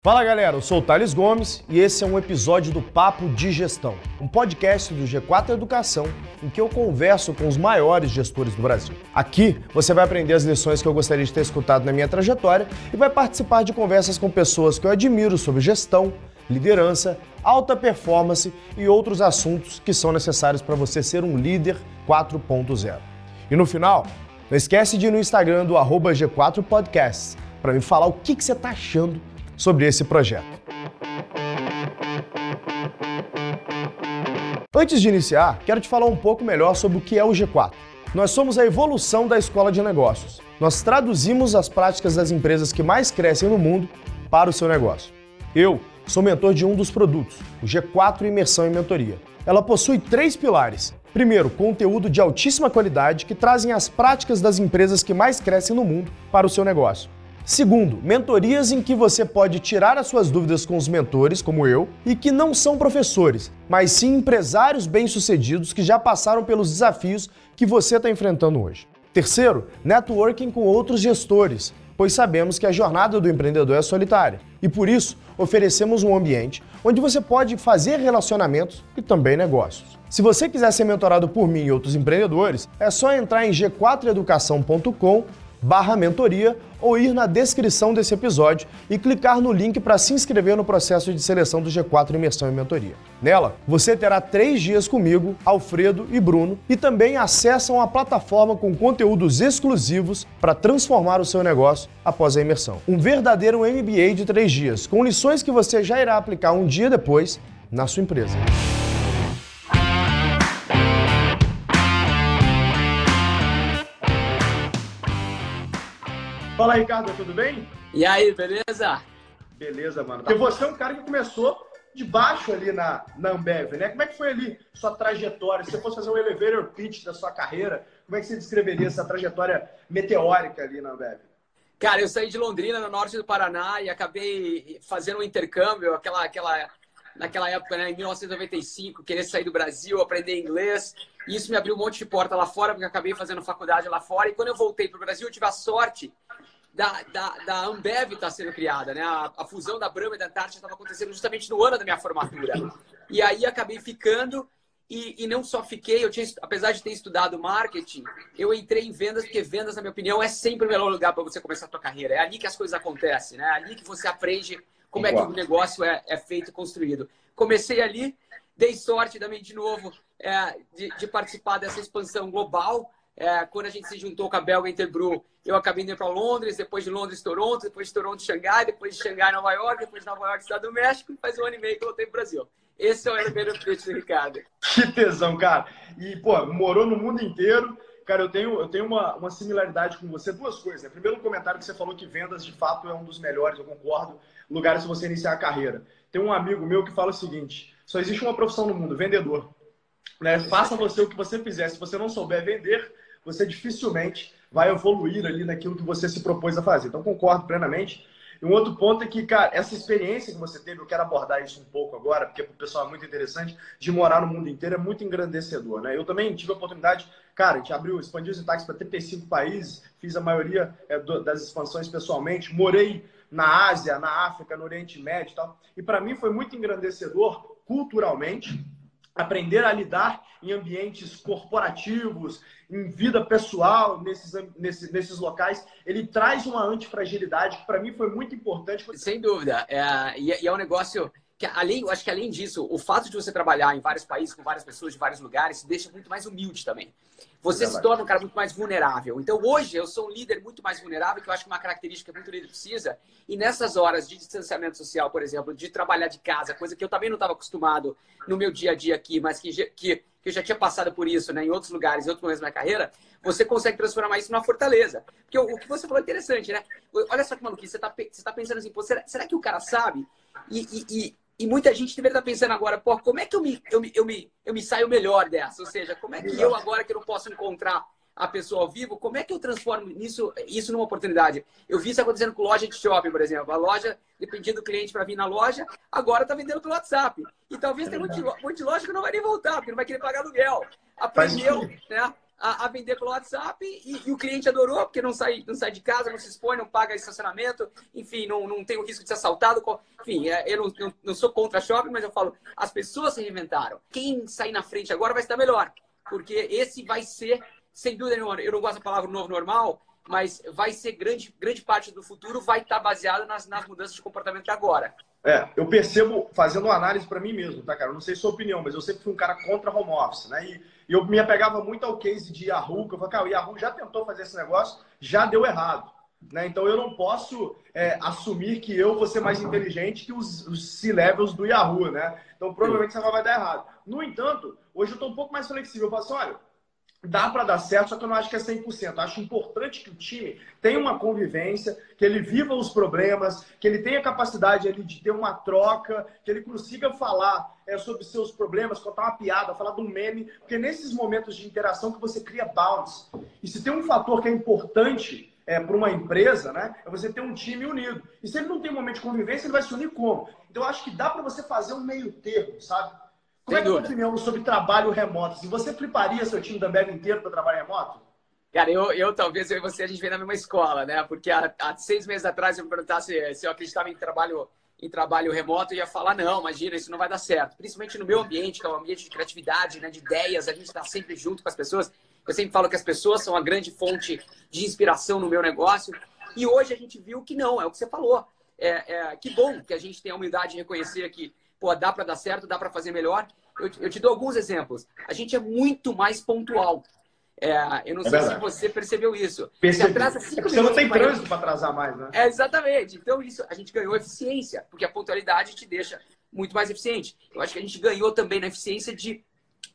Fala galera, eu sou o Thales Gomes e esse é um episódio do Papo de Gestão, um podcast do G4 Educação em que eu converso com os maiores gestores do Brasil. Aqui você vai aprender as lições que eu gostaria de ter escutado na minha trajetória e vai participar de conversas com pessoas que eu admiro sobre gestão, liderança, alta performance e outros assuntos que são necessários para você ser um líder 4.0. E no final, não esquece de ir no Instagram do @G4Podcasts para me falar o que você está achando sobre esse projeto. Antes de iniciar, quero te falar um pouco melhor sobre o que é o G4. Nós somos a evolução da escola de negócios. Nós traduzimos as práticas das empresas que mais crescem no mundo para o seu negócio. Eu sou mentor de um dos produtos, o G4 Imersão e Mentoria. Ela possui 3 pilares. Primeiro, conteúdo de altíssima qualidade que trazem as práticas das empresas que mais crescem no mundo para o seu negócio. Segundo, mentorias em que você pode tirar as suas dúvidas com os mentores, como eu, e que não são professores, mas sim empresários bem-sucedidos que já passaram pelos desafios que você está enfrentando hoje. Terceiro, networking com outros gestores, pois sabemos que a jornada do empreendedor é solitária e, por isso, oferecemos um ambiente onde você pode fazer relacionamentos e também negócios. Se você quiser ser mentorado por mim e outros empreendedores, é só entrar em g4educação.com/mentoria ou ir na descrição desse episódio e clicar no link para se inscrever no processo de seleção do G4 Imersão e Mentoria. Nela, você terá 3 dias comigo, Alfredo e Bruno e também acesso a uma plataforma com conteúdos exclusivos para transformar o seu negócio após a imersão. Um verdadeiro MBA de 3 dias, com lições que você já irá aplicar um dia depois na sua empresa. Fala aí, Ricardo, tudo bem? E aí, beleza? Beleza, mano. Porque você é um cara que começou de baixo ali na Ambev, né? Como é que foi ali sua trajetória? Se você fosse fazer um elevator pitch da sua carreira, como é que você descreveria essa trajetória meteórica ali na Ambev? Cara, eu saí de Londrina, no norte do Paraná, e acabei fazendo um intercâmbio, naquela época, né, em 1995, querer sair do Brasil, aprender inglês. E isso me abriu um monte de porta lá fora, porque eu acabei fazendo faculdade lá fora. E quando eu voltei para o Brasil, eu tive a sorte da Ambev estar sendo criada, né? A fusão da Brahma e da Antártica estava acontecendo justamente no ano da minha formatura. E aí acabei ficando, e não só fiquei, apesar de ter estudado marketing, eu entrei em vendas, porque vendas, na minha opinião, é sempre o melhor lugar para você começar a sua carreira. É ali que as coisas acontecem, né? É ali que você aprende como é que o negócio é feito e construído. Comecei ali, dei sorte também, de novo, de participar dessa expansão global. Quando a gente se juntou com a Belga Interbrew, eu acabei indo para Londres, depois de Londres, Toronto, depois de Toronto, Xangai, depois de Xangai, Nova York, depois de Nova York, Estado do México, e faz 1 ano e meio que eu voltei para o Brasil. Esse é o elevator pitch do Ricardo. Que tesão, cara. E, pô, morou no mundo inteiro. Cara, eu tenho uma similaridade com você. 2 coisas, né? Primeiro, um comentário que você falou que vendas, de fato, é um dos melhores, eu concordo, lugares para você iniciar a carreira. Tem um amigo meu que fala o seguinte: só existe uma profissão no mundo, vendedor. Né? Faça você o que você fizer. Se você não souber vender, você dificilmente vai evoluir ali naquilo que você se propôs a fazer. Então, concordo plenamente. E um outro ponto é que, cara, essa experiência que você teve, eu quero abordar isso um pouco agora, porque para o pessoal é muito interessante, de morar no mundo inteiro é muito engrandecedor, né? Eu também tive a oportunidade, cara, a gente expandiu os Itaques para 35 países, fiz a maioria das expansões pessoalmente, morei na Ásia, na África, no Oriente Médio e tal. E para mim foi muito engrandecedor, culturalmente, aprender a lidar em ambientes corporativos, em vida pessoal, nesses locais. Ele traz uma antifragilidade que, para mim, foi muito importante. Sem dúvida. E é um negócio que, eu acho que, além disso, o fato de você trabalhar em vários países, com várias pessoas de vários lugares, te deixa muito mais humilde também. Você se torna um cara muito mais vulnerável. Então, hoje, eu sou um líder muito mais vulnerável, que eu acho que é uma característica que muito líder precisa. E nessas horas de distanciamento social, por exemplo, de trabalhar de casa, coisa que eu também não estava acostumado no meu dia a dia aqui, mas que eu já tinha passado por isso, né, em outros lugares, em outros momentos da minha carreira, você consegue transformar isso numa fortaleza. Porque o que você falou é interessante, né? Olha só que maluquice, você tá pensando assim, pô, será que o cara sabe? E muita gente deveria estar pensando agora, pô, como é que eu me saio melhor dessa? Ou seja, como é que eu, agora que eu não posso encontrar a pessoa ao vivo, como é que eu transformo isso numa oportunidade? Eu vi isso acontecendo com loja de shopping, por exemplo. A loja, dependia do cliente para vir na loja, agora está vendendo pelo WhatsApp. E talvez tenha um monte de loja que não vai nem voltar, porque não vai querer pagar aluguel. Aprendeu, né? a vender pelo WhatsApp e o cliente adorou, porque não sai de casa, não se expõe, não paga estacionamento, enfim, não tem o risco de ser assaltado. Enfim, eu não sou contra shopping, mas eu falo, as pessoas se reinventaram. Quem sair na frente agora vai estar melhor, porque esse vai ser, sem dúvida nenhuma, eu não gosto da palavra novo normal, mas vai ser grande parte do futuro vai estar baseada nas mudanças de comportamento de agora. Eu percebo, fazendo uma análise para mim mesmo, tá, cara? Eu não sei sua opinião, mas eu sempre fui um cara contra home office, né? E eu me apegava muito ao case de Yahoo, que eu falei, cara, o Yahoo já tentou fazer esse negócio, já deu errado, né? Então eu não posso assumir que eu vou ser mais inteligente que os C-levels do Yahoo, né? Então provavelmente isso vai dar errado. No entanto, hoje eu estou um pouco mais flexível. Eu falo assim, olha, dá para dar certo, só que eu não acho que é 100%. Eu acho importante que o time tenha uma convivência, que ele viva os problemas, que ele tenha capacidade ali de ter uma troca, que ele consiga falar sobre seus problemas, contar uma piada, falar de um meme, porque nesses momentos de interação que você cria bounds. E se tem um fator que é importante para uma empresa, né, é você ter um time unido. E se ele não tem um momento de convivência, ele vai se unir como? Então eu acho que dá para você fazer um meio termo, sabe? Como é que é a tua opinião sobre trabalho remoto? Se você fliparia seu time da Ambev inteiro para trabalho remoto? Cara, talvez eu e você, a gente veio na mesma escola, né? Porque há 6 meses atrás, eu me perguntasse se eu acreditava em trabalho remoto, eu ia falar, não, imagina, isso não vai dar certo. Principalmente no meu ambiente, que é um ambiente de criatividade, né, de ideias, a gente está sempre junto com as pessoas. Eu sempre falo que as pessoas são a grande fonte de inspiração no meu negócio. E hoje a gente viu que não, é o que você falou. Que bom que a gente tem a humildade de reconhecer que, pô, dá para dar certo, dá para fazer melhor. Eu te dou alguns exemplos. A gente é muito mais pontual. Eu não sei verdade. se você percebeu isso. Percebi. Você atrasa 5 você não minutos tem trânsito para atrasar mais, né? Exatamente. Então, isso, a gente ganhou eficiência, porque a pontualidade te deixa muito mais eficiente. Eu acho que a gente ganhou também na eficiência de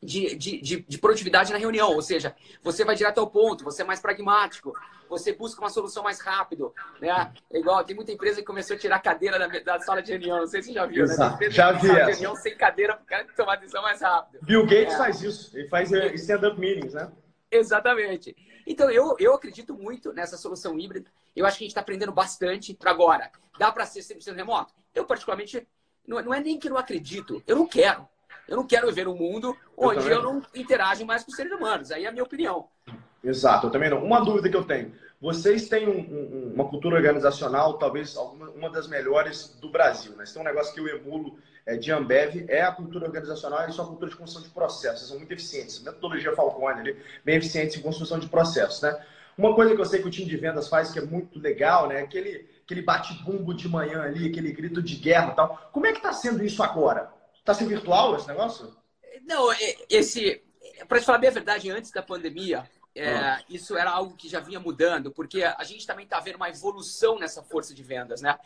produtividade na reunião. Ou seja, você vai direto ao ponto, você é mais pragmático, você busca uma solução mais rápido. Né? Tem muita empresa que começou a tirar a cadeira da sala de reunião. Não sei se você já viu, né? Tem empresa já que vi sala essa. de reunião sem cadeira para o cara tomar a decisão mais rápido. Bill Gates faz isso. Ele faz stand-up meetings, né? Exatamente. Então, eu acredito muito nessa solução híbrida. Eu acho que a gente está aprendendo bastante. Para agora, dá para ser 100% remoto? Eu, particularmente, não é nem que não acredito. Eu não quero. Eu não quero viver um mundo onde eu não interajo mais com os seres humanos. Aí é a minha opinião. Exato, eu também não. Uma dúvida que eu tenho. Vocês têm uma cultura organizacional, talvez uma das melhores do Brasil, né? Se tem um negócio que eu emulo de Ambev, é a cultura organizacional e sua cultura de construção de processos. Vocês são muito eficientes. Metodologia Falcone ali, bem eficientes em construção de processos, né? Uma coisa que eu sei que o time de vendas faz, que é muito legal, né? Aquele bate-bumbo de manhã ali, aquele grito de guerra e tal. Como é que está sendo isso agora? Está sendo virtual esse negócio? Não, para te falar bem a verdade, antes da pandemia, isso era algo que já vinha mudando, porque a gente também está vendo uma evolução nessa força de vendas, né?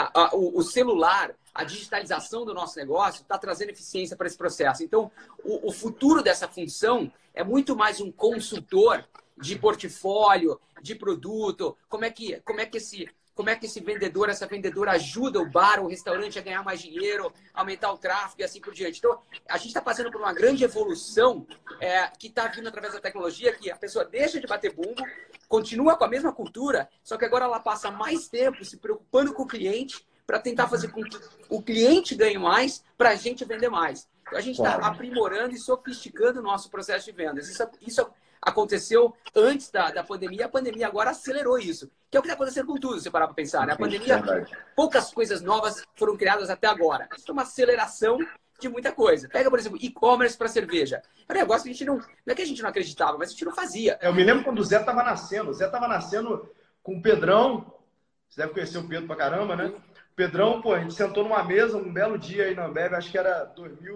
O celular, a digitalização do nosso negócio está trazendo eficiência para esse processo. Então, o futuro dessa função é muito mais um consultor de portfólio, de produto, como é que esse vendedor, essa vendedora ajuda o bar, o restaurante a ganhar mais dinheiro, aumentar o tráfego e assim por diante. Então, a gente está passando por uma grande evolução que está vindo através da tecnologia, que a pessoa deixa de bater bumbo, continua com a mesma cultura, só que agora ela passa mais tempo se preocupando com o cliente para tentar fazer com que o cliente ganhe mais para a gente vender mais. Então, a gente está aprimorando e sofisticando o nosso processo de vendas. Isso aconteceu antes da pandemia, a pandemia agora acelerou isso. Que é o que está acontecendo com tudo, se parar para pensar. Né? A pandemia, poucas coisas novas foram criadas até agora. Isso é uma aceleração de muita coisa. Pega, por exemplo, e-commerce para cerveja. É um negócio que a gente não é que a gente não acreditava, mas a gente não fazia. Eu me lembro quando o Zé estava nascendo. O Zé estava nascendo com o Pedrão. Você deve conhecer o Pedro pra caramba, né? Pedrão, pô, a gente sentou numa mesa um belo dia aí na Ambev, acho que era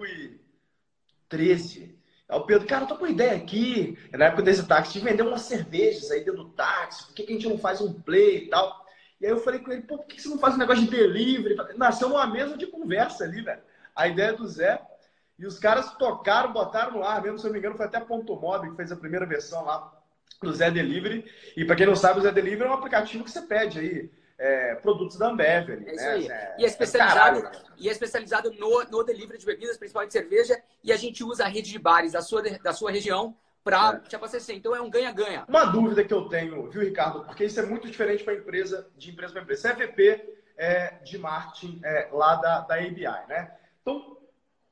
2013. Aí o Pedro, cara, eu tô com uma ideia aqui, na época desse táxi, de vender umas cervejas aí dentro do táxi, por que a gente não faz um play e tal? E aí eu falei com ele, pô, por que você não faz um negócio de delivery? Nasceu numa mesa de conversa ali, velho. A ideia do Zé. E os caras tocaram, botaram no ar mesmo, se eu não me engano, foi até Ponto Mob que fez a primeira versão lá do Zé Delivery. E para quem não sabe, o Zé Delivery é um aplicativo que você pede aí produtos da Ambev. Ali, é isso né? aí. E é especializado no delivery de bebidas, principalmente cerveja, e a gente usa a rede de bares da sua região para te abastecer. Então é um ganha-ganha. Uma dúvida que eu tenho, viu, Ricardo? Porque isso é muito diferente para empresa, de empresa para empresa. Você é VP de marketing lá da ABI, né? Então,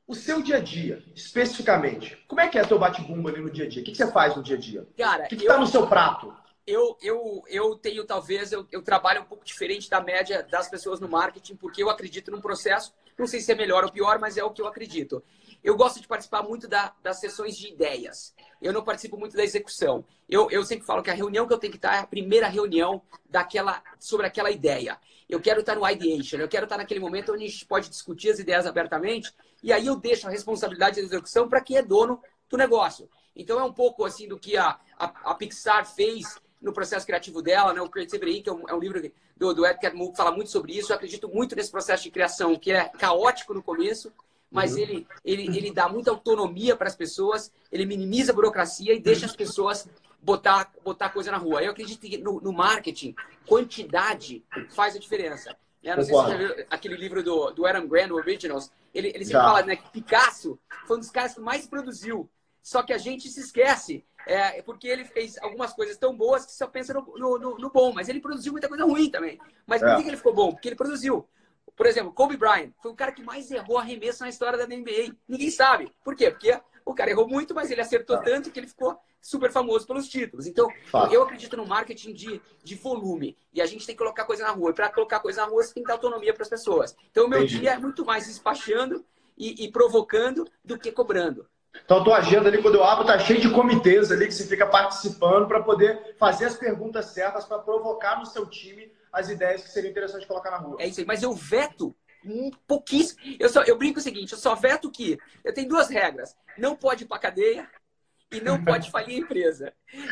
O seu dia a dia, especificamente, como é que é teu bate-bumba ali no dia a dia? O que você faz no dia a dia? Cara, O que tá no seu prato? eu tenho, talvez, eu trabalho um pouco diferente da média das pessoas no marketing, porque eu acredito num processo, não sei se é melhor ou pior, mas é o que eu acredito. Eu gosto de participar muito das sessões de ideias. Eu não participo muito da execução. Eu sempre falo que a reunião que eu tenho que estar é a primeira reunião sobre aquela ideia. Eu quero estar no ideation, eu quero estar naquele momento onde a gente pode discutir as ideias abertamente, e aí eu deixo a responsabilidade da execução para quem é dono do negócio. Então é um pouco assim do que a Pixar fez no processo criativo dela, né? O Creativity Inc. É um livro do Ed Catmull que fala muito sobre isso. Eu acredito muito nesse processo de criação, que é caótico no começo, mas ele dá muita autonomia para as pessoas, ele minimiza a burocracia e deixa as pessoas botar coisa na rua. Eu acredito que no marketing, quantidade faz a diferença. Eu não sei se você já viu aquele livro do Adam Grant, o Originals. Ele sempre fala, né, que Picasso foi um dos caras que mais produziu. Só que a gente se esquece, porque ele fez algumas coisas tão boas que só pensa no bom. Mas ele produziu muita coisa ruim também. Mas por que ele ficou bom? Porque ele produziu. Por exemplo, Kobe Bryant foi o cara que mais errou arremesso na história da NBA. Ninguém sabe. Por quê? Porque o cara errou muito, mas ele acertou tanto que ele ficou super famoso pelos títulos. Então, eu acredito no marketing de volume. E a gente tem que colocar coisa na rua. E para colocar coisa na rua, você tem que dar autonomia para as pessoas. Então, o meu dia é muito mais despachando e provocando do que cobrando. Então, a tua agenda ali, quando eu abro, tá cheio de comitês ali que você fica participando para poder fazer as perguntas certas para provocar no seu time as ideias que seriam interessantes colocar na rua. É isso aí. Mas eu veto um pouquíssimo. Eu brinco o seguinte, eu só veto que eu tenho duas regras. Não pode ir para cadeia e não pode falir a empresa.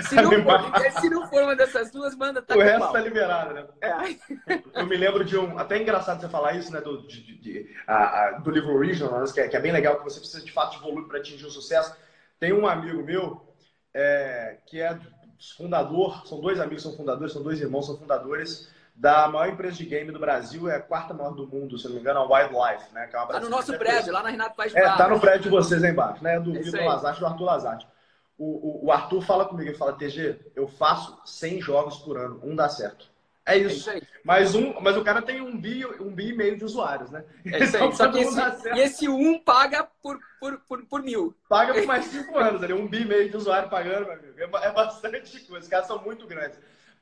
Se não for uma dessas duas, manda o resto tá liberado, né? É. Eu me lembro de um... Até é engraçado você falar isso, né? Do livro Original, que é bem legal, que você precisa de fato de volume para atingir o sucesso. Tem um amigo meu que é fundador, são dois amigos, são fundadores, são dois irmãos, são fundadores da maior empresa de game do Brasil, é a quarta maior do mundo, se não me engano, a Wildlife, né? Que é uma tá no nosso prédio, lá na Renato Paz de Barros. Tá no prédio de vocês aí embaixo, né? Do Vitor Lazarte, do Arthur Lazarte. O Arthur fala comigo, ele fala, TG, eu faço 100 jogos por ano, um dá certo. É isso. Mas o cara tem um bi e meio de usuários, né? É isso aí. Então, só que esse um paga por 1000. Paga por mais 5 anos, ali, 1,5 bi de usuário pagando, meu amigo. É bastante coisa. Os caras são muito grandes.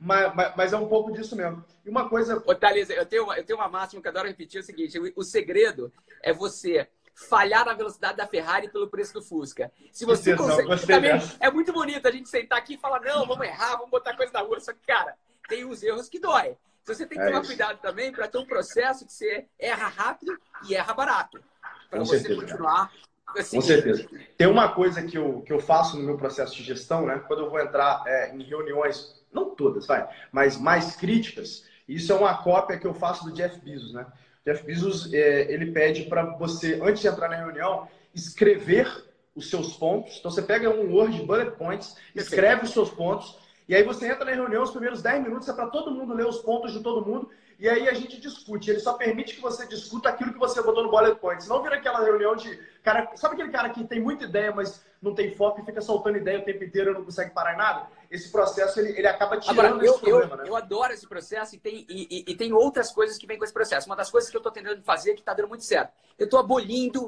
Mas é um pouco disso mesmo. E uma coisa... Ô, Thales, eu tenho uma máxima que eu adoro repetir, é o seguinte, o segredo é você falhar na velocidade da Ferrari pelo preço do Fusca. Se você consegue... Também é muito bonito a gente sentar aqui e falar, não, vamos errar, vamos botar coisa na rua. Só que, cara, tem uns erros que dói. Então, você tem que tomar cuidado também para ter um processo que você erra rápido e erra barato. Para você continuar... Assim, com certeza. Tem uma coisa que eu faço no meu processo de gestão, né? Quando eu vou entrar em reuniões, não todas, mas mais críticas, isso é uma cópia que eu faço do Jeff Bezos, né? Jeff Bezos, ele pede para você, antes de entrar na reunião, escrever os seus pontos. Então, você pega um Word, bullet points, escreve os seus pontos, e aí você entra na reunião, os primeiros 10 minutos é para todo mundo ler os pontos de todo mundo, e aí a gente discute. Ele só permite que você discuta aquilo que você botou no bullet point. Senão vira aquela reunião de... cara, sabe aquele cara que tem muita ideia, mas não tem foco e fica soltando ideia o tempo inteiro e não consegue parar em nada? Esse processo, ele acaba tirando esse problema, né? Eu adoro esse processo e tem outras coisas que vêm com esse processo. Uma das coisas que eu estou tentando fazer que está dando muito certo. Eu estou abolindo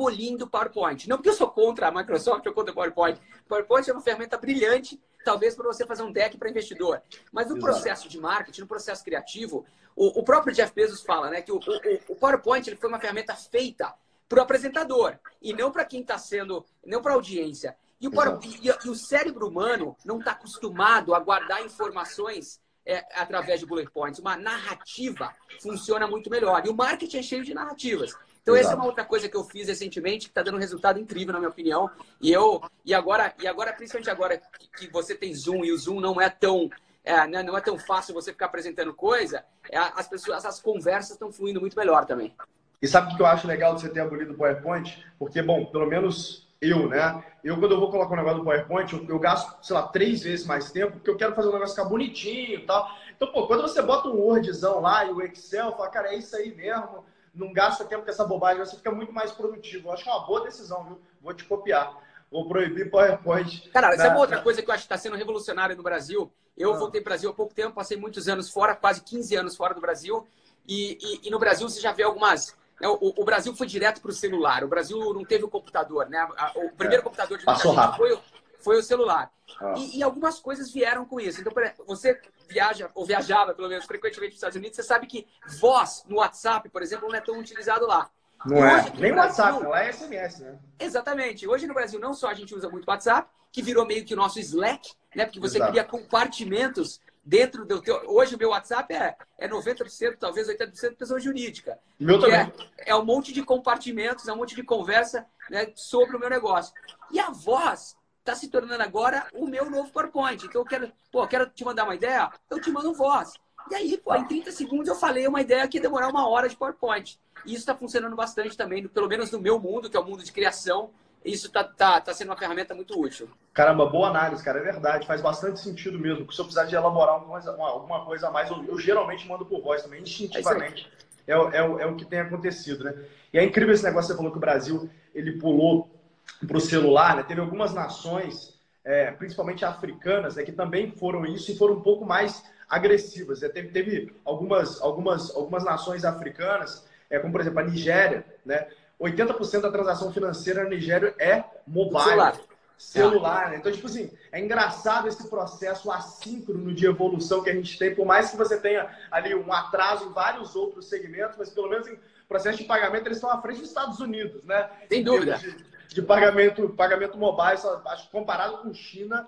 o PowerPoint. Não porque eu sou contra a Microsoft ou contra o PowerPoint. O PowerPoint é uma ferramenta brilhante, talvez para você fazer um deck para investidor. Mas no processo de marketing, no processo criativo, o próprio Jeff Bezos fala, né, que o PowerPoint ele foi uma ferramenta feita para o apresentador e não para quem está sendo, não para a audiência. E o cérebro humano não está acostumado a guardar informações através de bullet points. Uma narrativa funciona muito melhor. E o marketing é cheio de narrativas. Então, essa é uma outra coisa que eu fiz recentemente, que está dando um resultado incrível, na minha opinião. E agora, principalmente agora que você tem Zoom e o Zoom não é tão fácil você ficar apresentando coisa, as conversas estão fluindo muito melhor também. E sabe o que eu acho legal de você ter abolido o PowerPoint? Porque, bom, pelo menos né? Quando eu vou colocar um negócio no PowerPoint, eu gasto, sei lá, 3 vezes mais tempo, porque eu quero fazer o negócio ficar bonitinho e tal. Então, pô, quando você bota um Wordzão lá e o Excel, fala, cara, é isso aí mesmo, não gasta tempo com essa bobagem, você fica muito mais produtivo. Eu acho que é uma boa decisão, viu? Vou te copiar. Vou proibir PowerPoint. Cara, sabe outra coisa que eu acho que está sendo revolucionária no Brasil? Eu voltei para o Brasil há pouco tempo, passei muitos anos fora, quase 15 anos fora do Brasil. E no Brasil você já vê algumas O Brasil foi direto para o celular. O Brasil não teve o computador, né? O primeiro computador de muita Passou gente rápido. foi o celular. Ah. E algumas coisas vieram com isso. Então, você viaja, ou viajava, pelo menos, frequentemente para os Estados Unidos, você sabe que voz no WhatsApp, por exemplo, não é tão utilizado lá. Não é. Nem o WhatsApp, lá é SMS, né? Exatamente. Hoje no Brasil não só a gente usa muito o WhatsApp, que virou meio que o nosso Slack, né? Porque você cria compartimentos dentro do teu... Hoje o meu WhatsApp é 90%, talvez 80% pessoa jurídica. Meu também. É um monte de compartimentos, é um monte de conversa, né, sobre o meu negócio. E a voz está se tornando agora o meu novo PowerPoint. Então eu quero te mandar uma ideia, eu te mando voz. E aí, em 30 segundos eu falei uma ideia que ia demorar 1 hora de PowerPoint. E isso está funcionando bastante também, pelo menos no meu mundo, que é o mundo de criação. Isso tá sendo uma ferramenta muito útil. Caramba, boa análise, cara. É verdade. Faz bastante sentido mesmo. Porque se eu precisar de elaborar alguma coisa a mais, eu geralmente mando por voz também, instintivamente. É o que tem acontecido, né? E é incrível esse negócio. Você falou que o Brasil ele pulou para o celular, né? Teve algumas nações, principalmente africanas, né, que também foram isso e foram um pouco mais agressivas. Teve algumas nações africanas, como por exemplo a Nigéria, né? 80% da transação financeira na Nigéria é mobile, celular, né? Então, tipo assim, é engraçado esse processo assíncrono de evolução que a gente tem, por mais que você tenha ali um atraso em vários outros segmentos, mas pelo menos em processo de pagamento eles estão à frente dos Estados Unidos, né? Sem dúvida. De pagamento mobile, acho que comparado com China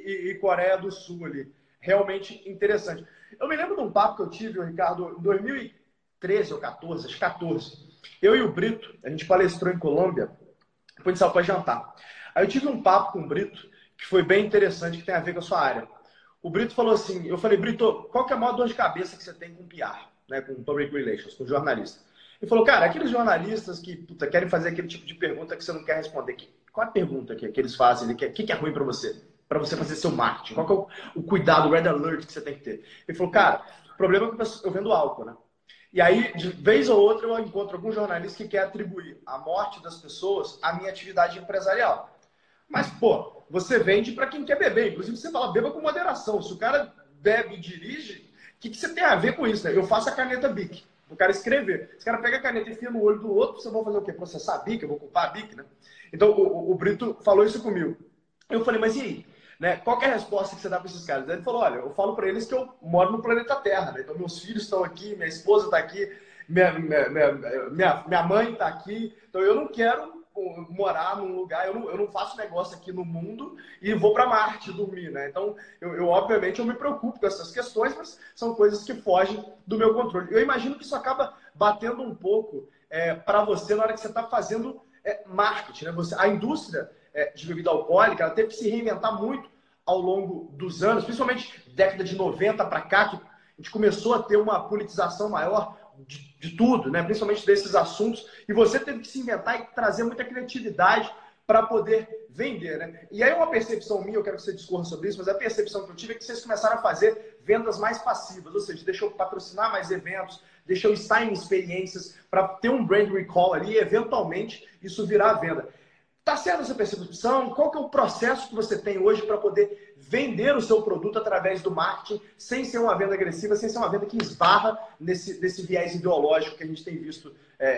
e Coreia do Sul ali. Realmente interessante. Eu me lembro de um papo que eu tive, Ricardo, em 2013 ou 14, acho que 14. Eu e o Brito, a gente palestrou em Colômbia, depois a gente saiu para jantar. Aí eu tive um papo com o Brito, que foi bem interessante, que tem a ver com a sua área. O Brito falou assim, eu falei, Brito, qual que é a maior dor de cabeça que você tem com PR, né, com Public Relations, com jornalista? Ele falou, cara, aqueles jornalistas que querem fazer aquele tipo de pergunta que você não quer responder. Qual é a pergunta que eles fazem? O que é ruim para você? Para você fazer seu marketing? Qual que é o cuidado, o red alert que você tem que ter? Ele falou, cara, o problema é que eu vendo álcool, né? E aí, de vez ou outra, eu encontro algum jornalista que quer atribuir a morte das pessoas à minha atividade empresarial. Mas, pô, você vende para quem quer beber. Inclusive, você fala, beba com moderação. Se o cara bebe e dirige, o que você tem a ver com isso, né? Eu faço a caneta BIC, o cara escrever. Esse cara pega a caneta e enfia no olho do outro, você vai fazer o quê? Processar a BIC? Eu vou culpar a BIC, né? Então, o Brito falou isso comigo. Eu falei, mas e aí? Né? Qual que é a resposta que você dá para esses caras? Ele falou, olha, eu falo para eles que eu moro no planeta Terra, né? Então meus filhos estão aqui, minha esposa está aqui, minha mãe está aqui, então eu não quero morar num lugar, eu não faço negócio aqui no mundo e vou para Marte dormir, né? Então, obviamente eu me preocupo com essas questões, mas são coisas que fogem do meu controle. Eu imagino que isso acaba batendo um pouco para você na hora que você está fazendo marketing, né? A indústria de bebida alcoólica, ela teve que se reinventar muito ao longo dos anos, principalmente década de 90 para cá, que a gente começou a ter uma politização maior de tudo, né? Principalmente desses assuntos, e você teve que se inventar e trazer muita criatividade para poder vender, né? E aí uma percepção minha, eu quero que você discorra sobre isso, mas a percepção que eu tive é que vocês começaram a fazer vendas mais passivas, ou seja, deixa eu patrocinar mais eventos, deixa eu estar em experiências para ter um brand recall ali e eventualmente isso virar venda. Tá certo essa percepção? Qual que é o processo que você tem hoje para poder vender o seu produto através do marketing sem ser uma venda agressiva, sem ser uma venda que esbarra nesse viés ideológico que a gente tem visto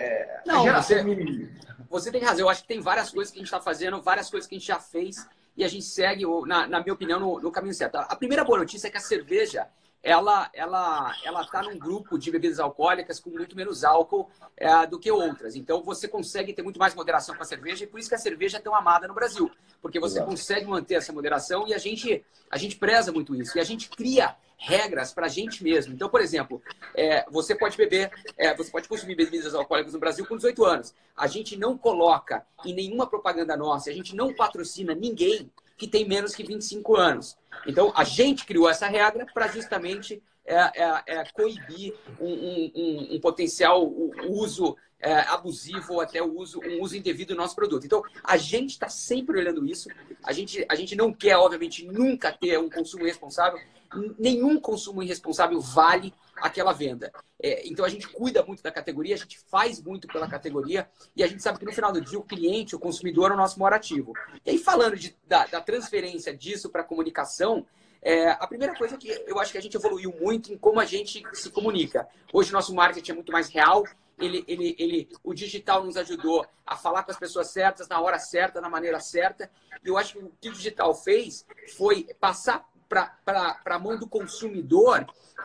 a geração mimimi? Você tem razão. Eu acho que tem várias coisas que a gente está fazendo, várias coisas que a gente já fez e a gente segue, na minha opinião, no caminho certo. A primeira boa notícia é que a cerveja ela está num grupo de bebidas alcoólicas com muito menos álcool do que outras. Então, você consegue ter muito mais moderação com a cerveja e por isso que a cerveja é tão amada no Brasil. Porque você consegue manter essa moderação e a gente preza muito isso. E a gente cria regras para a gente mesmo. Então, por exemplo, você pode beber, você pode consumir bebidas alcoólicas no Brasil com 18 anos. A gente não coloca em nenhuma propaganda nossa, a gente não patrocina ninguém que tem menos que 25 anos. Então, a gente criou essa regra para justamente coibir um potencial uso abusivo ou até um uso indevido do nosso produto. Então, a gente está sempre olhando isso. A gente não quer, obviamente, nunca ter um consumo irresponsável. Nenhum consumo irresponsável vale aquela venda. Então, a gente cuida muito da categoria, a gente faz muito pela categoria e a gente sabe que no final do dia o cliente, o consumidor é o nosso maior ativo. E aí, falando da transferência disso para a comunicação, a primeira coisa é que eu acho que a gente evoluiu muito em como a gente se comunica. Hoje, nosso marketing é muito mais real, o digital nos ajudou a falar com as pessoas certas, na hora certa, na maneira certa. E eu acho que o que o digital fez foi passar para a mão do consumidor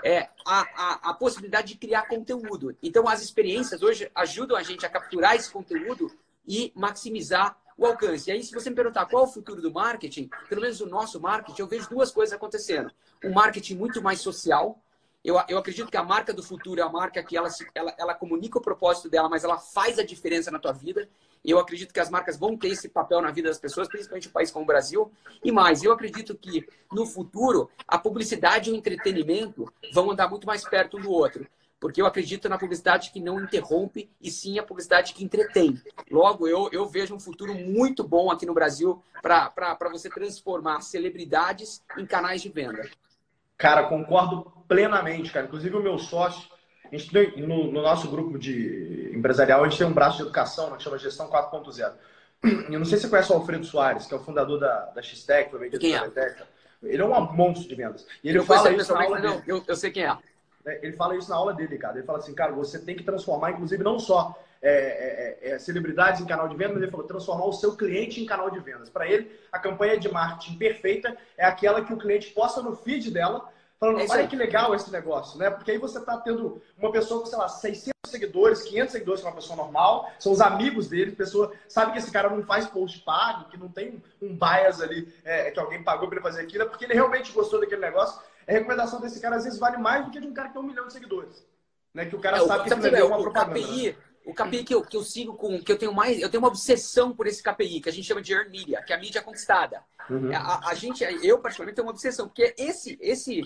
a possibilidade de criar conteúdo. Então, as experiências hoje ajudam a gente a capturar esse conteúdo e maximizar o alcance. E aí, se você me perguntar qual é o futuro do marketing, pelo menos o nosso marketing, eu vejo duas coisas acontecendo. Um marketing muito mais social. Eu acredito que a marca do futuro é a marca que ela comunica o propósito dela, mas ela faz a diferença na tua vida. Eu acredito que as marcas vão ter esse papel na vida das pessoas, principalmente em um país como o Brasil. E mais, eu acredito que no futuro a publicidade e o entretenimento vão andar muito mais perto um do outro. Porque eu acredito na publicidade que não interrompe e sim a publicidade que entretém. Logo, eu vejo um futuro muito bom aqui no Brasil para você transformar celebridades em canais de venda. Cara, concordo plenamente, cara. Inclusive o meu sócio, a gente tem, no nosso grupo de empresarial, a gente tem um braço de educação, né, que chama Gestão 4.0. Eu não sei se você conhece o Alfredo Soares, que é o fundador da X-Tech, também Quem é? Ele é um monstro de vendas. E ele Eu fala isso na aula dele. Eu sei quem é. Ele fala isso na aula dele, cara. Ele fala assim, cara, você tem que transformar, inclusive, não só celebridades em canal de vendas, mas ele falou, transformar o seu cliente em canal de vendas. Para ele, a campanha de marketing perfeita é aquela que o cliente posta no feed dela, falando, olha que legal esse negócio, né? Porque aí você tá tendo uma pessoa com, sei lá, 600 seguidores, 500 seguidores, que é uma pessoa normal, são os amigos dele, a pessoa sabe que esse cara não faz post pago, que não tem um bias ali, que alguém pagou para ele fazer aquilo, é porque ele realmente gostou daquele negócio. A recomendação desse cara, às vezes, vale mais do que de um cara que tem 1 milhão de seguidores. Né? Que o cara sabe que ele vai uma propaganda. O KPI que eu sigo que eu tenho uma obsessão por esse KPI, que a gente chama de Earn Media, que é a mídia conquistada. Uhum. Eu particularmente tenho uma obsessão, porque esse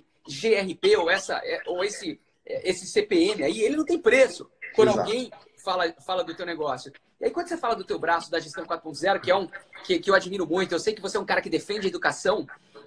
GRP ou esse CPM aí, ele não tem preço quando Exato. alguém fala do teu negócio. E aí, quando você fala do teu braço da gestão 4.0, que eu admiro muito, eu sei que você é um cara que defende a educação,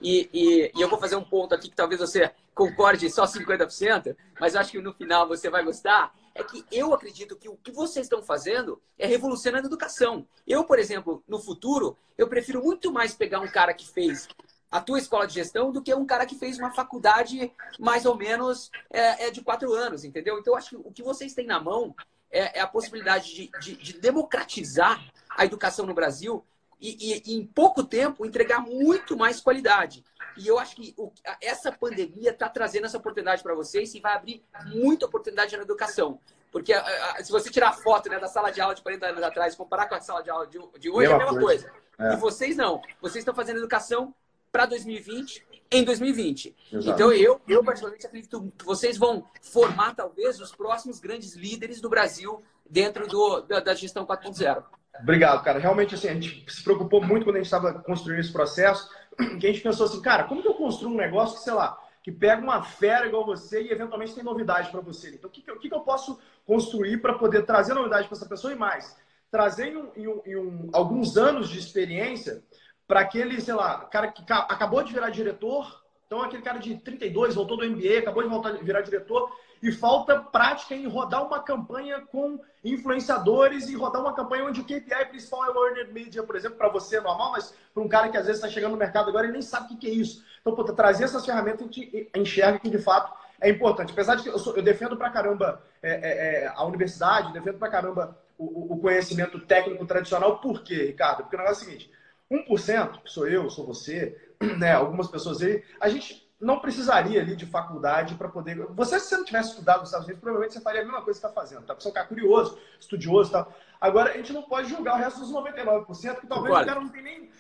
e eu vou fazer um ponto aqui que talvez você concorde só 50%, mas eu acho que no final você vai gostar, é que eu acredito que o que vocês estão fazendo é revolucionando a educação. Eu, por exemplo, no futuro, eu prefiro muito mais pegar um cara que fez a tua escola de gestão do que um cara que fez uma faculdade mais ou menos de 4 anos, entendeu? Então, eu acho que o que vocês têm na mão é a possibilidade de democratizar a educação no Brasil e em pouco tempo entregar muito mais qualidade. E eu acho que essa pandemia está trazendo essa oportunidade para vocês e vai abrir muita oportunidade na educação. Porque se você tirar a foto, né, da sala de aula de 40 anos atrás e comparar com a sala de aula de hoje, é a mesma coisa. E vocês não. Vocês estão fazendo educação para 2020 em 2020. Exato. Então, eu particularmente acredito que vocês vão formar, talvez, os próximos grandes líderes do Brasil dentro da gestão 4.0. Obrigado, cara. Realmente, assim, a gente se preocupou muito quando a gente estava construindo esse processo, que a gente pensou assim, cara, como que eu construo um negócio que, sei lá, que pega uma fera igual você e eventualmente tem novidade para você? Então, o que eu posso construir para poder trazer novidade para essa pessoa e mais? Trazer alguns anos de experiência para aquele, sei lá, cara que acabou de virar diretor, então aquele cara de 32, voltou do MBA, acabou de voltar a virar diretor, e falta prática em rodar uma campanha com influenciadores e rodar uma campanha onde o KPI principal é o Earned Media, por exemplo, para você é normal, mas para um cara que às vezes está chegando no mercado agora e nem sabe o que é isso. Então, trazer essas ferramentas a gente enxerga que de fato é importante. Apesar de que eu defendo pra caramba a universidade, defendo pra caramba o conhecimento técnico tradicional. Por quê, Ricardo? Porque o negócio é o seguinte, 1%, que sou eu, sou você, né, algumas pessoas aí, a gente não precisaria ali de faculdade para poder... Você, se você não tivesse estudado nos Estados Unidos, provavelmente você faria a mesma coisa que você está fazendo, tá? Para você ficar curioso, estudioso e tal. Agora, a gente não pode julgar o resto dos 99%, que talvez o cara não tem nem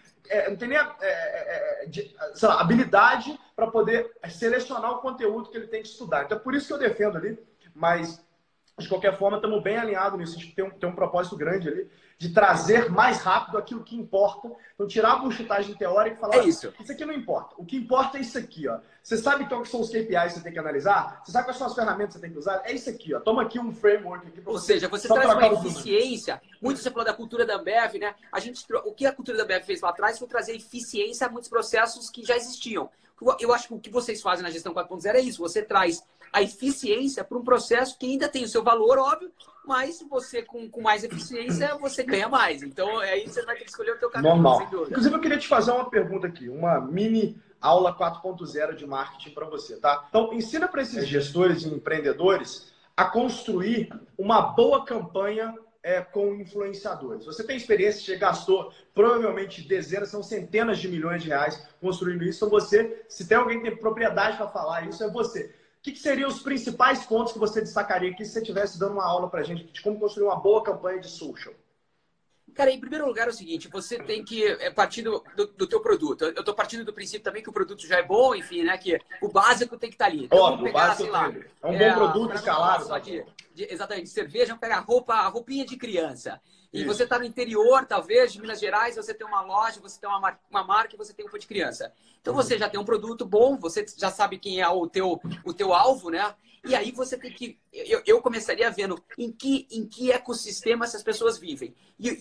sei lá, habilidade para poder selecionar o conteúdo que ele tem que estudar. Então, é por isso que eu defendo ali, mas de qualquer forma, estamos bem alinhados nisso. A gente tem um propósito grande ali de trazer mais rápido aquilo que importa. Então, tirar a bullshitagem teórica e falar, isso aqui não importa. O que importa é isso aqui, ó. Você sabe então que são os KPIs que você tem que analisar? Você sabe quais são as ferramentas que você tem que usar? É isso aqui, ó. Toma aqui um framework aqui para você. Ou seja, você traz uma eficiência. Muito você falou da cultura da Ambev, né? O que a cultura da Ambev fez lá atrás foi trazer eficiência a muitos processos que já existiam. Eu acho que o que vocês fazem na gestão 4.0 é isso. Você traz a eficiência para um processo que ainda tem o seu valor, óbvio, mas você com mais eficiência, você ganha mais. Então, aí você vai ter que escolher o teu caminho. Normal. Sem dúvida. Inclusive, eu queria te fazer uma pergunta aqui, uma mini aula 4.0 de marketing para você, tá? Então, ensina para esses gestores e empreendedores a construir uma boa campanha com influenciadores? Você tem experiência, você gastou provavelmente dezenas, são centenas de milhões de reais construindo isso. Então você, se tem alguém que tem propriedade para falar isso, é você. O que seriam os principais pontos que você destacaria aqui se você estivesse dando uma aula para a gente de como construir uma boa campanha de social? Cara, em primeiro lugar é o seguinte, você tem que partir do teu produto. Eu estou partindo do princípio também que o produto já é bom, enfim, né? Que o básico tem que estar ali. Então, óbvio, o básico é um bom produto escalado. Só exatamente, cerveja, vamos pegar a roupinha de criança. E Isso. você está no interior, talvez, de Minas Gerais, você tem uma loja, você tem uma marca e você tem um pão de criança. Então você já tem um produto bom, você já sabe quem é o teu alvo, né? E aí você tem que... Eu começaria vendo em que ecossistema essas pessoas vivem.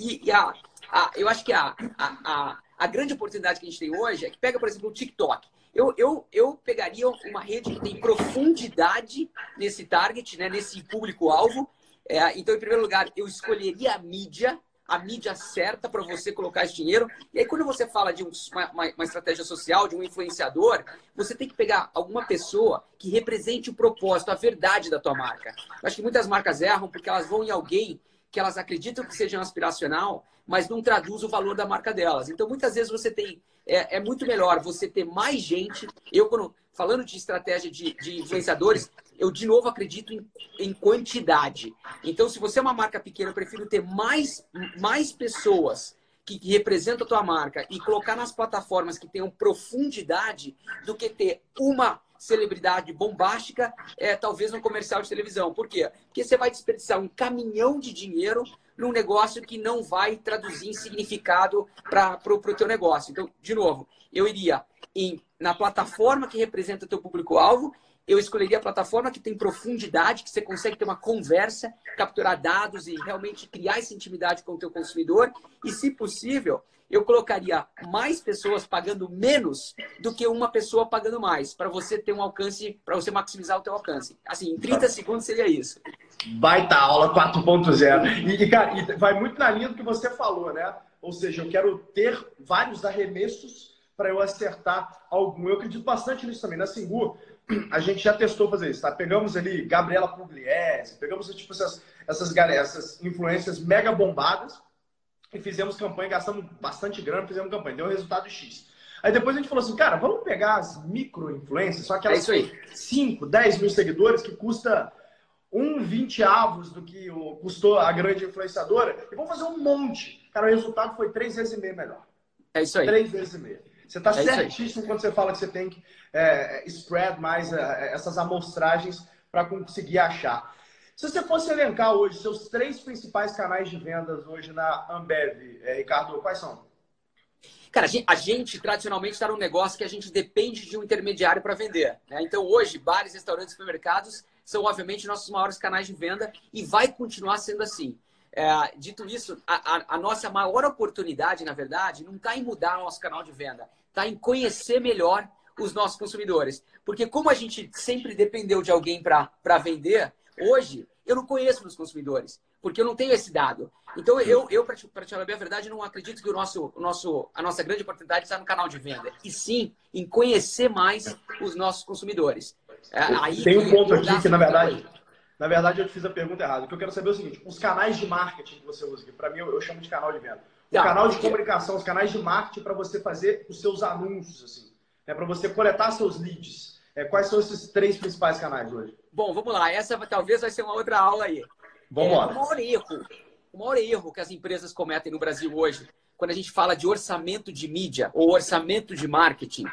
Eu acho que a grande oportunidade que a gente tem hoje é que pega, por exemplo, o TikTok. Eu pegaria uma rede que tem profundidade nesse target, né, nesse público-alvo. Então, em primeiro lugar, eu escolheria a mídia certa para você colocar esse dinheiro. E aí, quando você fala de uma estratégia social, de um influenciador, você tem que pegar alguma pessoa que represente o propósito, a verdade da tua marca. Eu acho que muitas marcas erram porque elas vão em alguém que elas acreditam que seja aspiracional, mas não traduz o valor da marca delas. Então, muitas vezes você tem... É muito melhor você ter mais gente. Falando de estratégia de influenciadores, eu, de novo, acredito em quantidade. Então, se você é uma marca pequena, eu prefiro ter mais pessoas que representam a tua marca e colocar nas plataformas que tenham profundidade do que ter uma celebridade bombástica, talvez no comercial de televisão. Por quê? Porque você vai desperdiçar um caminhão de dinheiro num negócio que não vai traduzir em significado para o teu negócio. Então, de novo, eu iria na plataforma que representa o teu público-alvo, eu escolheria a plataforma que tem profundidade, que você consegue ter uma conversa, capturar dados e realmente criar essa intimidade com o teu consumidor. E, se possível, eu colocaria mais pessoas pagando menos do que uma pessoa pagando mais, para você ter um alcance, para você maximizar o teu alcance. Assim, em 30 segundos seria isso. Baita aula 4.0. Cara, e vai muito na linha do que você falou, né? Ou seja, eu quero ter vários arremessos para eu acertar algum. Eu acredito bastante nisso também. Na Singu, a gente já testou fazer isso, tá? Pegamos ali Gabriela Pugliese, pegamos tipo essas influências mega bombadas e fizemos campanha, gastamos bastante grana, fizemos campanha, deu um resultado X. Aí depois a gente falou assim, cara, vamos pegar as micro-influências, só aquelas 5, 10 mil seguidores que custa 20 avos do que custou a grande influenciadora e vamos fazer um monte. Cara, o resultado foi 3 vezes e meio melhor. É isso aí. 3 vezes e meio. Você está certíssimo quando você fala que você tem que spread mais essas amostragens para conseguir achar. Se você fosse elencar hoje seus 3 principais canais de vendas hoje na Ambev, Ricardo, quais são? Cara, a gente tradicionalmente está num negócio que a gente depende de um intermediário para vender, né? Então, hoje, bares, restaurantes, supermercados são, obviamente, nossos maiores canais de venda e vai continuar sendo assim. Dito isso, a nossa maior oportunidade, na verdade, não está em mudar o nosso canal de venda, está em conhecer melhor os nossos consumidores. Porque como a gente sempre dependeu de alguém para vender, hoje eu não conheço meus consumidores, porque eu não tenho esse dado. Então, para te falar bem a verdade, não acredito que a nossa grande oportunidade está no canal de venda, e sim em conhecer mais os nossos consumidores. Tem um ponto aqui que, na verdade, eu te fiz a pergunta errada. O que eu quero saber é o seguinte, os canais de marketing que você usa, que para mim eu chamo de canal de venda. O canal de comunicação, os canais de marketing para você fazer os seus anúncios, assim, para você coletar seus leads. Quais são esses 3 principais canais hoje? Bom, vamos lá. Essa talvez vai ser uma outra aula aí. Vamos lá. O maior erro que as empresas cometem no Brasil hoje, quando a gente fala de orçamento de mídia ou orçamento de marketing,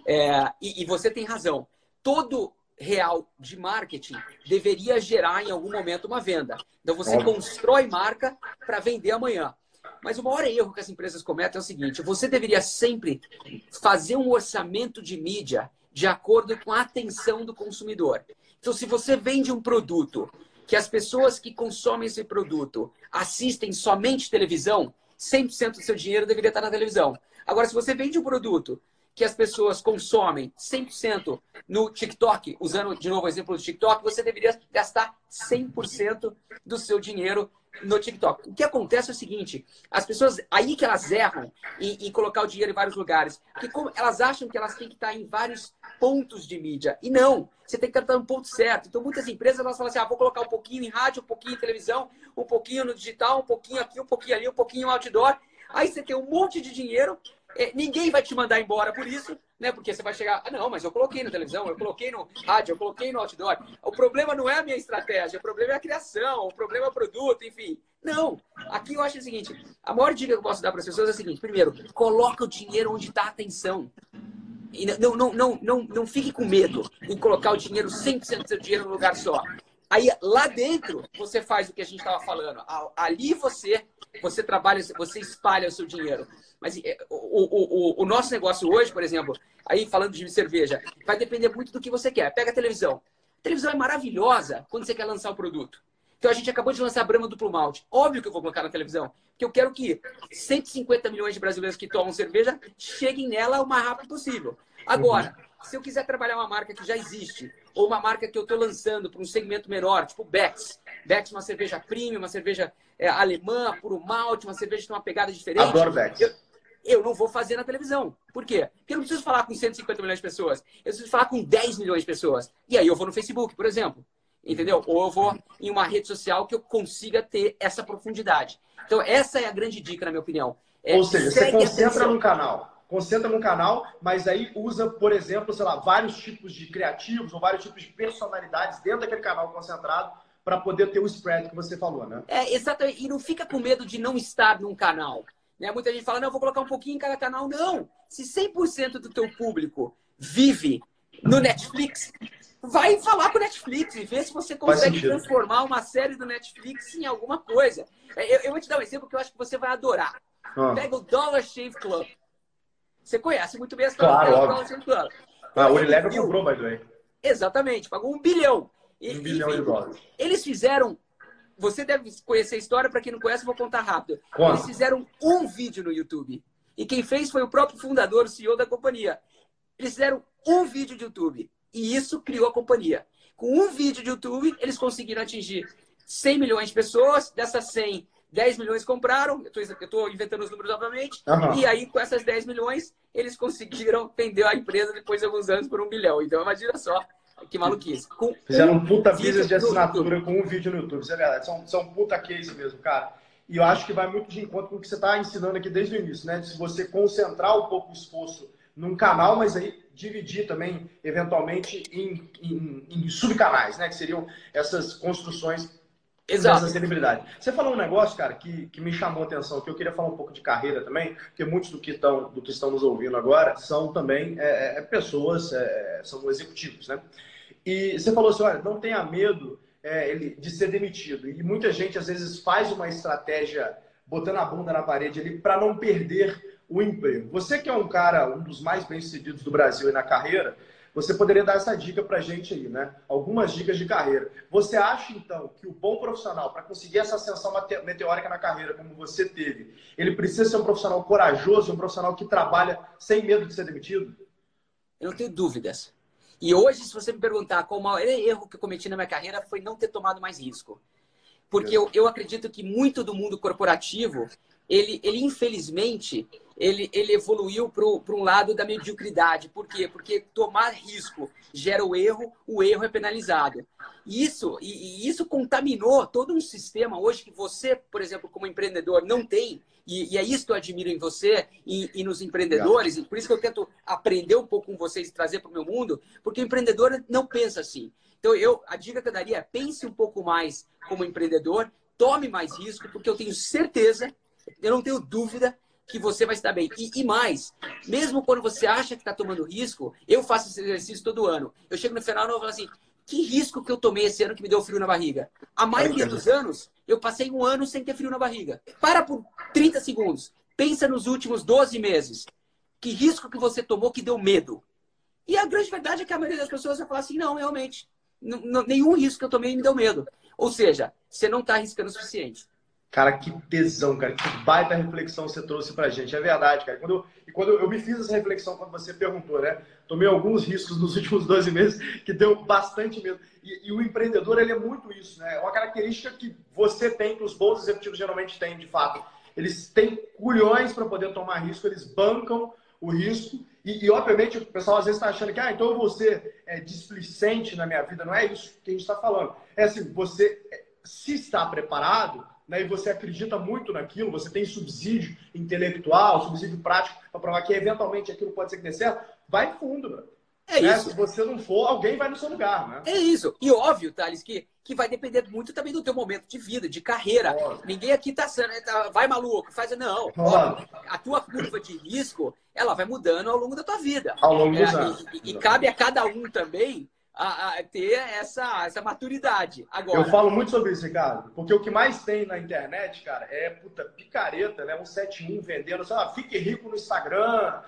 e você tem razão, todo real de marketing deveria gerar em algum momento uma venda. Então você constrói marca para vender amanhã. Mas o maior erro que as empresas cometem é o seguinte, você deveria sempre fazer um orçamento de mídia de acordo com a atenção do consumidor. Então, se você vende um produto que as pessoas que consomem esse produto assistem somente televisão, 100% do seu dinheiro deveria estar na televisão. Agora, se você vende um produto que as pessoas consomem 100% no TikTok, usando de novo o exemplo do TikTok, você deveria gastar 100% do seu dinheiro no TikTok. O que acontece é o seguinte, as pessoas, aí que elas erram em colocar o dinheiro em vários lugares, porque como elas acham que elas têm que estar em vários pontos de mídia, e não, você tem que estar no ponto certo. Então muitas empresas, elas falam assim, vou colocar um pouquinho em rádio, um pouquinho em televisão, um pouquinho no digital, um pouquinho aqui, um pouquinho ali, um pouquinho no outdoor, aí você tem um monte de dinheiro, ninguém vai te mandar embora por isso, né? Porque você vai chegar, não, mas eu coloquei na televisão, eu coloquei no rádio, eu coloquei no outdoor. O problema não é a minha estratégia, o problema é a criação, o problema é o produto, enfim. Não. Aqui eu acho o seguinte, a maior dica que eu posso dar para as pessoas é a seguinte, primeiro, coloca o dinheiro onde está a atenção. E não fique com medo em colocar o dinheiro, 100% do seu dinheiro num lugar só. Aí, lá dentro, você faz o que a gente estava falando. Ali você trabalha, você espalha o seu dinheiro. Mas o nosso negócio hoje, por exemplo, aí falando de cerveja, vai depender muito do que você quer. Pega a televisão. A televisão é maravilhosa quando você quer lançar o produto. Então, a gente acabou de lançar a Brahma Duplo Malte. Óbvio que eu vou colocar na televisão. Porque eu quero que 150 milhões de brasileiros que tomam cerveja cheguem nela o mais rápido possível. Agora, se eu quiser trabalhar uma marca que já existe, ou uma marca que eu estou lançando para um segmento menor, tipo Beck's. Beck's é uma cerveja premium, uma cerveja alemã, puro malte, uma cerveja que tem uma pegada diferente. Adoro Beck's. Eu não vou fazer na televisão. Por quê? Porque eu não preciso falar com 150 milhões de pessoas. Eu preciso falar com 10 milhões de pessoas. E aí eu vou no Facebook, por exemplo. Entendeu? Ou eu vou em uma rede social que eu consiga ter essa profundidade. Então, essa é a grande dica, na minha opinião. Ou seja, você concentra num canal. Concentra num canal, mas aí usa, por exemplo, sei lá, vários tipos de criativos ou vários tipos de personalidades dentro daquele canal concentrado para poder ter o spread que você falou, né? Exatamente. E não fica com medo de não estar num canal. Né? Muita gente fala, não, eu vou colocar um pouquinho em cada canal. Não! Se 100% do teu público vive no Netflix, vai falar com o Netflix e ver se você consegue transformar uma série do Netflix em alguma coisa. Eu vou te dar um exemplo que eu acho que você vai adorar. Pega o Dollar Shave Club. Você conhece muito bem a história do Dollar Shave Club. A Unilever comprou, by the way. Exatamente, pagou $1 bilhão. $1 bilhão. Eles fizeram... Você deve conhecer a história, para quem não conhece, eu vou contar rápido. Quanto? Eles fizeram um vídeo no YouTube. E quem fez foi o próprio fundador, o CEO da companhia. Eles fizeram um vídeo de YouTube. E isso criou a companhia. Com um vídeo de YouTube, eles conseguiram atingir 100 milhões de pessoas. Dessas 100, 10 milhões compraram. Eu estou inventando os números novamente. E aí, com essas 10 milhões, eles conseguiram vender a empresa depois de alguns anos por $1 bilhão. Então, imagina só que maluquice. Fizeram um puta business de assinatura com um vídeo no YouTube. Isso é verdade. São puta case mesmo, cara. E eu acho que vai muito de encontro com o que você está ensinando aqui desde o início, né? Se você concentrar um pouco o esforço num canal, mas aí dividir também, eventualmente, em subcanais, né? Que seriam essas construções dessa celebridade. Você falou um negócio, cara, que me chamou a atenção, que eu queria falar um pouco de carreira também, porque muitos do que estão nos ouvindo agora são também pessoas, são executivos, né? E você falou assim, olha, não tenha medo de ser demitido. E muita gente, às vezes, faz uma estratégia botando a bunda na parede ali para não perder o emprego. Você que é um cara, um dos mais bem-sucedidos do Brasil e na carreira, você poderia dar essa dica pra gente aí, né? Algumas dicas de carreira. Você acha, então, que o bom profissional, para conseguir essa ascensão meteórica na carreira, como você teve, ele precisa ser um profissional corajoso, um profissional que trabalha sem medo de ser demitido? Eu não tenho dúvidas. E hoje, se você me perguntar qual o maior erro que eu cometi na minha carreira, foi não ter tomado mais risco. Porque eu acredito que muito do mundo corporativo, ele infelizmente, ele evoluiu para um lado da mediocridade. Por quê? Porque tomar risco gera o erro é penalizado. E isso contaminou todo um sistema hoje que você, por exemplo, como empreendedor, não tem. E é isso que eu admiro em você e nos empreendedores. E por isso que eu tento aprender um pouco com vocês e trazer para o meu mundo, porque o empreendedor não pensa assim. Então, a dica que eu daria é pense um pouco mais como empreendedor, tome mais risco, porque eu tenho certeza, eu não tenho dúvida que você vai estar bem. E mais, mesmo quando você acha que está tomando risco, eu faço esse exercício todo ano. Eu chego no final e falo assim, que risco que eu tomei esse ano que me deu frio na barriga? A maioria dos anos, eu passei um ano sem ter frio na barriga. Para por 30 segundos. Pensa nos últimos 12 meses. Que risco que você tomou que deu medo? E a grande verdade é que a maioria das pessoas vai falar assim, não, realmente, nenhum risco que eu tomei me deu medo. Ou seja, você não está arriscando o suficiente. Cara, que tesão, cara. Que baita reflexão você trouxe pra gente. É verdade, cara. Quando eu me fiz essa reflexão quando você perguntou, né? Tomei alguns riscos nos últimos 12 meses que deu bastante medo. E o empreendedor, ele é muito isso, né? É uma característica que você tem, que os bons executivos geralmente têm, de fato. Eles têm culhões para poder tomar risco, eles bancam o risco. Obviamente, o pessoal às vezes está achando que, então eu vou ser displicente na minha vida. Não é isso que a gente está falando. É assim, você, se está preparado, né, e você acredita muito naquilo, você tem subsídio intelectual, subsídio prático para provar que eventualmente aquilo pode ser que dê certo, vai fundo, bro. É Né? isso. Se você não for, alguém vai no seu lugar, né? É isso. E óbvio, Thales, que vai depender muito também do teu momento de vida, de carreira. Óbvio. Ninguém aqui vai maluco, faz. Não, óbvio. Óbvio. A tua curva de risco, ela vai mudando ao longo da tua vida. Ao longo dos anos. E cabe a cada um também a ter essa maturidade. Agora, Eu falo muito sobre isso, Ricardo, porque o que mais tem na internet, cara, é puta picareta, né? 171 vendendo, sei lá, fique rico no Instagram,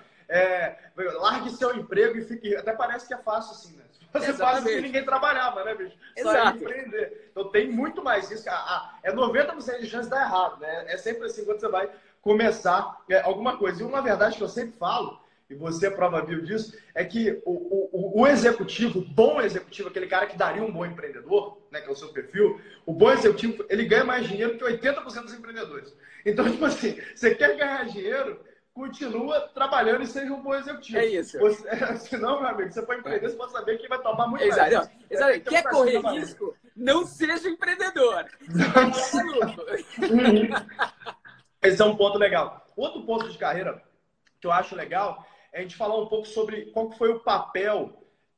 largue seu emprego e fique rico. Até parece que é fácil assim, né? Você faz assim, ninguém trabalhava, né, bicho? Só ia empreender. Então tem muito mais risco. É 90% de chance de dar errado, né? É sempre assim quando você vai começar alguma coisa. E uma verdade que eu sempre falo, e você é prova viva disso, é que o executivo, o bom executivo, aquele cara que daria um bom empreendedor, né, que é o seu perfil, o bom executivo, ele ganha mais dinheiro que 80% dos empreendedores. Então, tipo assim, você quer ganhar dinheiro, continua trabalhando e seja um bom executivo. É isso. Senão, meu amigo, você for empreender, você pode saber que vai tomar muito mais. Exato. Quer correr risco? risco? Não seja empreendedor. Você maluco. Esse é um ponto legal. Outro ponto de carreira que eu acho legal é a gente falar um pouco sobre qual foi o papel.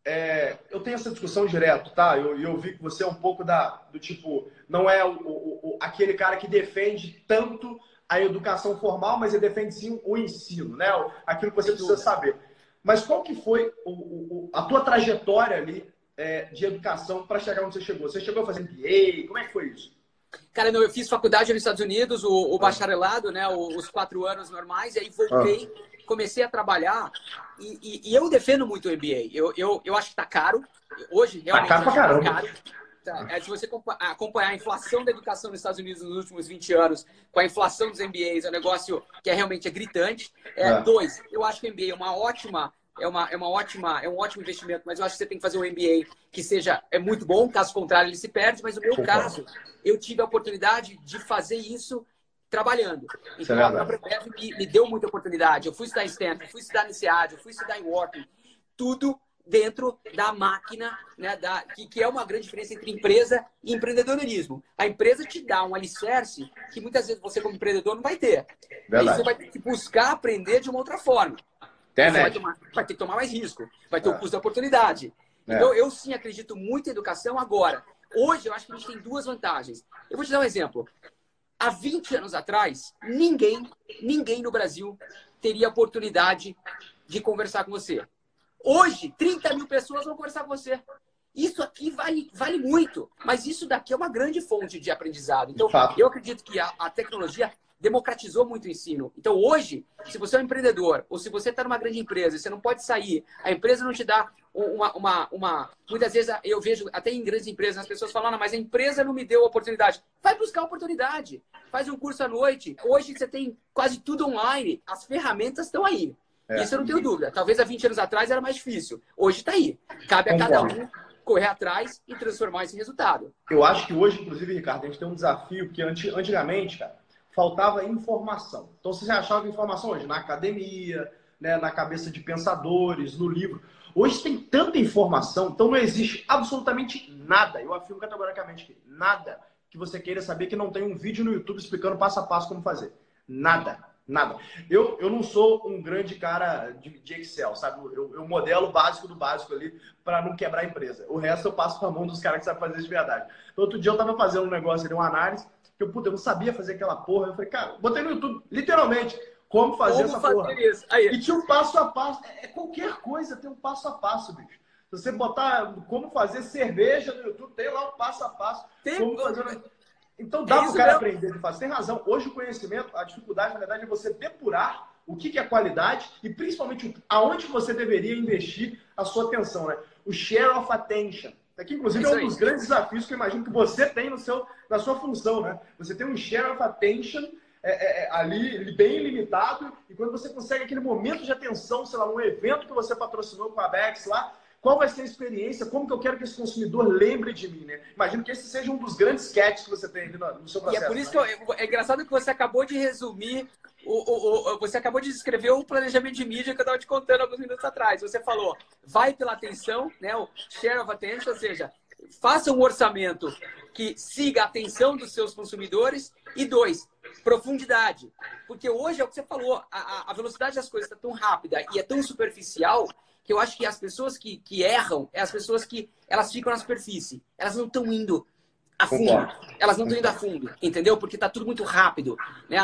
Eu tenho essa discussão direto, tá? Eu vi que você é um pouco do tipo, não é aquele cara que defende tanto a educação formal, mas ele defende sim o ensino, né? Aquilo que você precisa saber. Mas qual que foi a tua trajetória ali de educação para chegar onde você chegou? Você chegou a fazer MBA? Como é que foi isso? Cara, não, eu fiz faculdade nos Estados Unidos, o bacharelado, né? Os 4 anos normais, e aí voltei, comecei a trabalhar e eu defendo muito o MBA. Eu acho que tá caro. Hoje, realmente, tá caro pra caramba. Se você acompanhar a inflação da educação nos Estados Unidos nos últimos 20 anos, com a inflação dos MBAs, é um negócio que realmente gritante. Dois, eu acho que o MBA é um ótimo investimento, mas eu acho que você tem que fazer um MBA que seja muito bom, caso contrário ele se perde, mas no meu caso, eu tive a oportunidade de fazer isso trabalhando. Então, a própria Ambev me deu muita oportunidade. Eu fui estudar em Stanford, fui estudar no INSEAD, eu fui estudar em Wharton, tudo dentro da máquina, né, que é uma grande diferença entre empresa e empreendedorismo. A empresa te dá um alicerce que muitas vezes você, como empreendedor, não vai ter. Verdade. E você vai ter que buscar aprender de uma outra forma. Você vai ter que tomar mais risco, vai ter o custo da oportunidade. Então, eu sim acredito muito em educação. Agora, hoje eu acho que a gente tem 2 vantagens. Eu vou te dar um exemplo. Há 20 anos atrás, ninguém no Brasil teria oportunidade de conversar com você. Hoje, 30 mil pessoas vão conversar com você. Isso aqui vale muito, mas isso daqui é uma grande fonte de aprendizado. Então, eu acredito que a tecnologia democratizou muito o ensino. Então, hoje, se você é um empreendedor ou se você está numa grande empresa e você não pode sair, a empresa não te dá Muitas vezes eu vejo, até em grandes empresas, as pessoas falam, mas a empresa não me deu a oportunidade. Vai buscar a oportunidade. Faz um curso à noite. Hoje você tem quase tudo online. As ferramentas estão aí. Isso eu não tenho dúvida. Talvez há 20 anos atrás era mais difícil. Hoje está aí. Cabe a cada um correr atrás e transformar esse resultado. Eu acho que hoje, inclusive, Ricardo, a gente tem um desafio, porque antigamente, cara, faltava informação. Então, você achava informação hoje na academia, né, na cabeça de pensadores, no livro. Hoje tem tanta informação, então não existe absolutamente nada, eu afirmo categoricamente que nada que você queira saber que não tem um vídeo no YouTube explicando passo a passo como fazer. Nada. Nada. Eu não sou um grande cara de Excel, sabe? Eu modelo o básico do básico ali para não quebrar a empresa. O resto eu passo para a mão dos caras que sabem fazer isso de verdade. Então, outro dia eu tava fazendo um negócio ali, uma análise, que eu não sabia fazer aquela porra. Eu falei, cara, botei no YouTube, literalmente, como fazer essa porra. Isso? Aí. E tinha um passo a passo. Qualquer coisa tem um passo a passo, bicho. Se você botar como fazer cerveja no YouTube, tem lá um passo a passo. Como fazer... Então dá para o cara aprender de fazer. Tem razão. Hoje o conhecimento, a dificuldade, na verdade, é você depurar o que é qualidade e principalmente aonde você deveria investir a sua atenção, né? O share of attention. Aqui, inclusive, é um dos grandes desafios que eu imagino que você tem na sua função, né? Você tem um share of attention ali bem limitado, e quando você consegue aquele momento de atenção, sei lá, num evento que você patrocinou com a Bex lá, qual vai ser a experiência? Como que eu quero que esse consumidor lembre de mim, né? Imagino que esse seja um dos grandes catches que você tem ali no seu processo. E é por isso, né? que é engraçado que você acabou de resumir, você acabou de descrever o planejamento de mídia que eu estava te contando alguns minutos atrás. Você falou, vai pela atenção, né? O share of attention, ou seja, faça um orçamento que siga a atenção dos seus consumidores. E 2, profundidade. Porque hoje é o que você falou, a velocidade das coisas está tão rápida e é tão superficial que eu acho que as pessoas que erram é as pessoas que elas ficam na superfície. Elas não estão indo a fundo. Elas não estão indo a fundo, entendeu? Porque está tudo muito rápido. Né?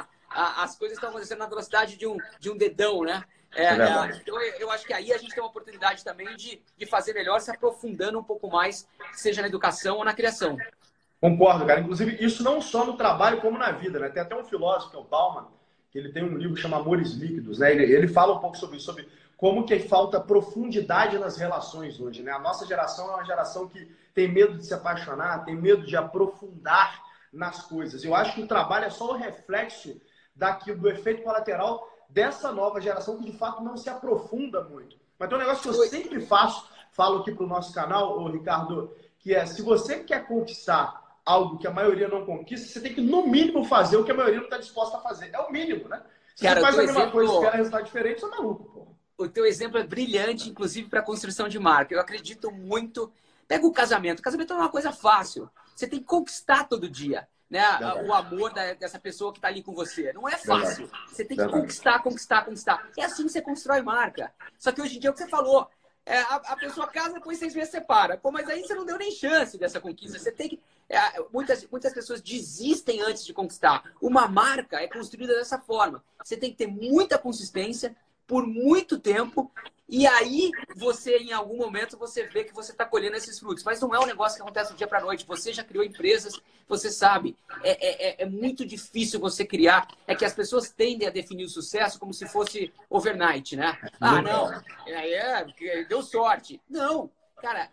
As coisas estão acontecendo na velocidade de um dedão, né? Então, eu acho que aí a gente tem uma oportunidade também de fazer melhor, se aprofundando um pouco mais, seja na educação ou na criação. Concordo, cara. Inclusive, isso não só no trabalho, como na vida, né? Tem até um filósofo, que é o Bauman, que ele tem um livro que chama Amores Líquidos, né? Ele fala um pouco sobre isso, sobre como que falta profundidade nas relações hoje, né? A nossa geração é uma geração que tem medo de se apaixonar, tem medo de aprofundar nas coisas. Eu acho que o trabalho é só o reflexo do efeito colateral dessa nova geração que, de fato, não se aprofunda muito. Mas tem um negócio que eu sempre falo aqui para o nosso canal, ô, Ricardo, que é, se você quer conquistar algo que a maioria não conquista, você tem que, no mínimo, fazer o que a maioria não está disposta a fazer. É o mínimo, né? Se Cara, você faz a mesma coisa e espera resultado diferente, você é maluco, pô. O teu exemplo é brilhante, inclusive, para a construção de marca. Eu acredito muito. Pega o casamento. O casamento não é uma coisa fácil. Você tem que conquistar todo dia, né? O amor dessa pessoa que está ali com você. Não é fácil. Você tem que conquistar, conquistar, conquistar. É assim que você constrói marca. Só que hoje em dia é o que você falou. A pessoa casa, depois 6 meses separa. Pô, mas aí você não deu nem chance dessa conquista. Você tem que... muitas pessoas desistem antes de conquistar. Uma marca é construída dessa forma. Você tem que ter muita consistência por muito tempo, e aí você, em algum momento, você vê que você está colhendo esses frutos. Mas não é um negócio que acontece do dia para a noite. Você já criou empresas, você sabe. É muito difícil você criar. É que as pessoas tendem a definir o sucesso como se fosse overnight, né? Ah, não, deu sorte. Não, cara,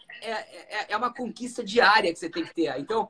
é uma conquista diária que você tem que ter. Então,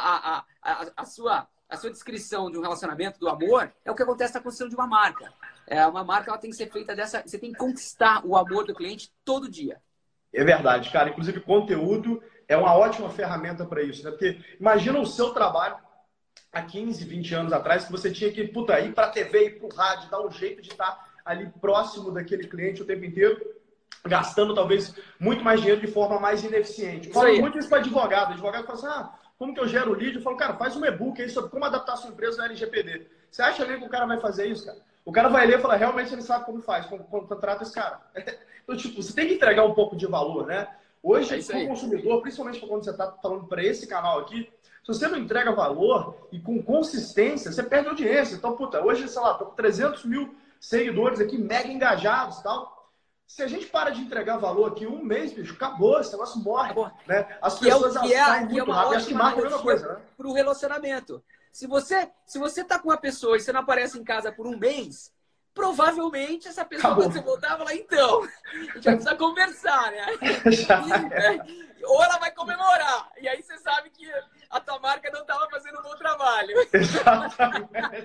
a sua descrição de um relacionamento, do amor, é o que acontece na construção de uma marca. Uma marca ela tem que ser feita dessa... Você tem que conquistar o amor do cliente todo dia. É verdade, cara. Inclusive, conteúdo é uma ótima ferramenta para isso, né? Porque imagina o seu trabalho há 15, 20 anos atrás, que você tinha que ir para a TV, ir para o rádio, dar um jeito de estar ali próximo daquele cliente o tempo inteiro, gastando talvez muito mais dinheiro de forma mais ineficiente. Eu falo muito isso para advogado. O advogado fala assim, como que eu gero lead? Eu falo, cara, faz um e-book aí sobre como adaptar a sua empresa no LGPD. Você acha mesmo que o cara vai fazer isso, cara? O cara vai ler e falar, realmente ele sabe como faz, como contrata esse cara. Então, tipo, você tem que entregar um pouco de valor, né? Hoje, como consumidor, principalmente quando você está falando para esse canal aqui, se você não entrega valor e com consistência, você perde audiência. Então, puta, hoje, sei lá, tô com 300 mil seguidores aqui, mega engajados e tal. Se a gente para de entregar valor aqui um mês, bicho, acabou, esse negócio morre. Né? As pessoas saem muito rápido. Acho que marca a mesma coisa, né? Para o relacionamento. Se você tá com uma pessoa e você não aparece em casa por um mês, provavelmente essa pessoa, quando você voltar, vai falar, então, a gente vai precisar conversar, né? Ou ela vai comemorar. E aí você sabe que a tua marca não estava fazendo um bom trabalho. Exatamente.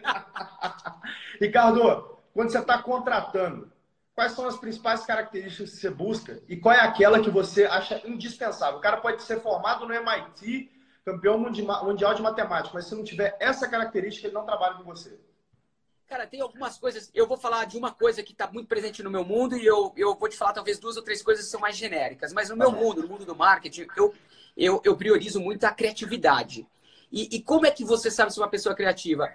Ricardo, quando você está contratando, quais são as principais características que você busca e qual é aquela que você acha indispensável? O cara pode ser formado no MIT, campeão mundial de matemática, mas se não tiver essa característica, ele não trabalha com você. Cara, tem algumas coisas... Eu vou falar de uma coisa que está muito presente no meu mundo e eu vou te falar talvez 2 ou 3 coisas que são mais genéricas. Mas no meu mundo, no mundo do marketing, eu priorizo muito a criatividade. E como é que você sabe se uma pessoa é criativa?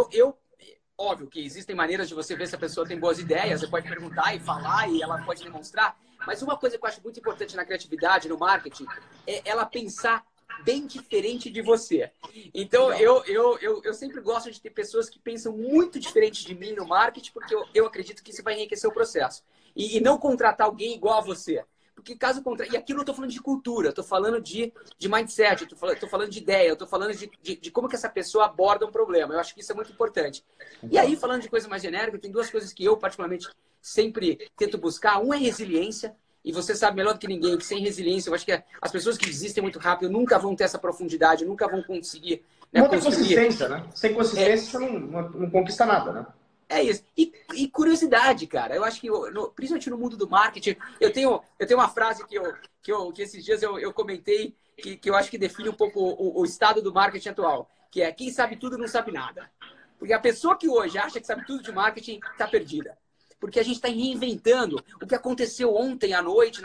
Óbvio que existem maneiras de você ver se a pessoa tem boas ideias. Você pode perguntar e falar e ela pode demonstrar. Mas uma coisa que eu acho muito importante na criatividade, no marketing, é ela pensar bem diferente de você. Então, eu sempre gosto de ter pessoas que pensam muito diferente de mim no marketing, porque eu acredito que isso vai enriquecer o processo. E não contratar alguém igual a você. Porque caso contrário... E aqui eu não estou falando de cultura, eu estou falando de mindset, eu estou falando de ideia, eu estou falando de como que essa pessoa aborda um problema. Eu acho que isso é muito importante. E aí, falando de coisa mais genérica, tem 2 coisas que eu, particularmente, sempre tento buscar. Um é resiliência. e você sabe melhor do que ninguém que sem resiliência, eu acho que as pessoas que desistem muito rápido nunca vão ter essa profundidade, nunca vão conseguir, né, Muita construir. consistência, né? Sem consistência você não conquista nada, né? É isso. E curiosidade, cara. Eu acho que, principalmente no mundo do marketing, eu tenho uma frase que esses dias eu comentei que eu acho que define um pouco o estado do marketing atual, que é quem sabe tudo não sabe nada. Porque a pessoa que hoje acha que sabe tudo de marketing está perdida. Porque a gente está reinventando o que aconteceu ontem à noite na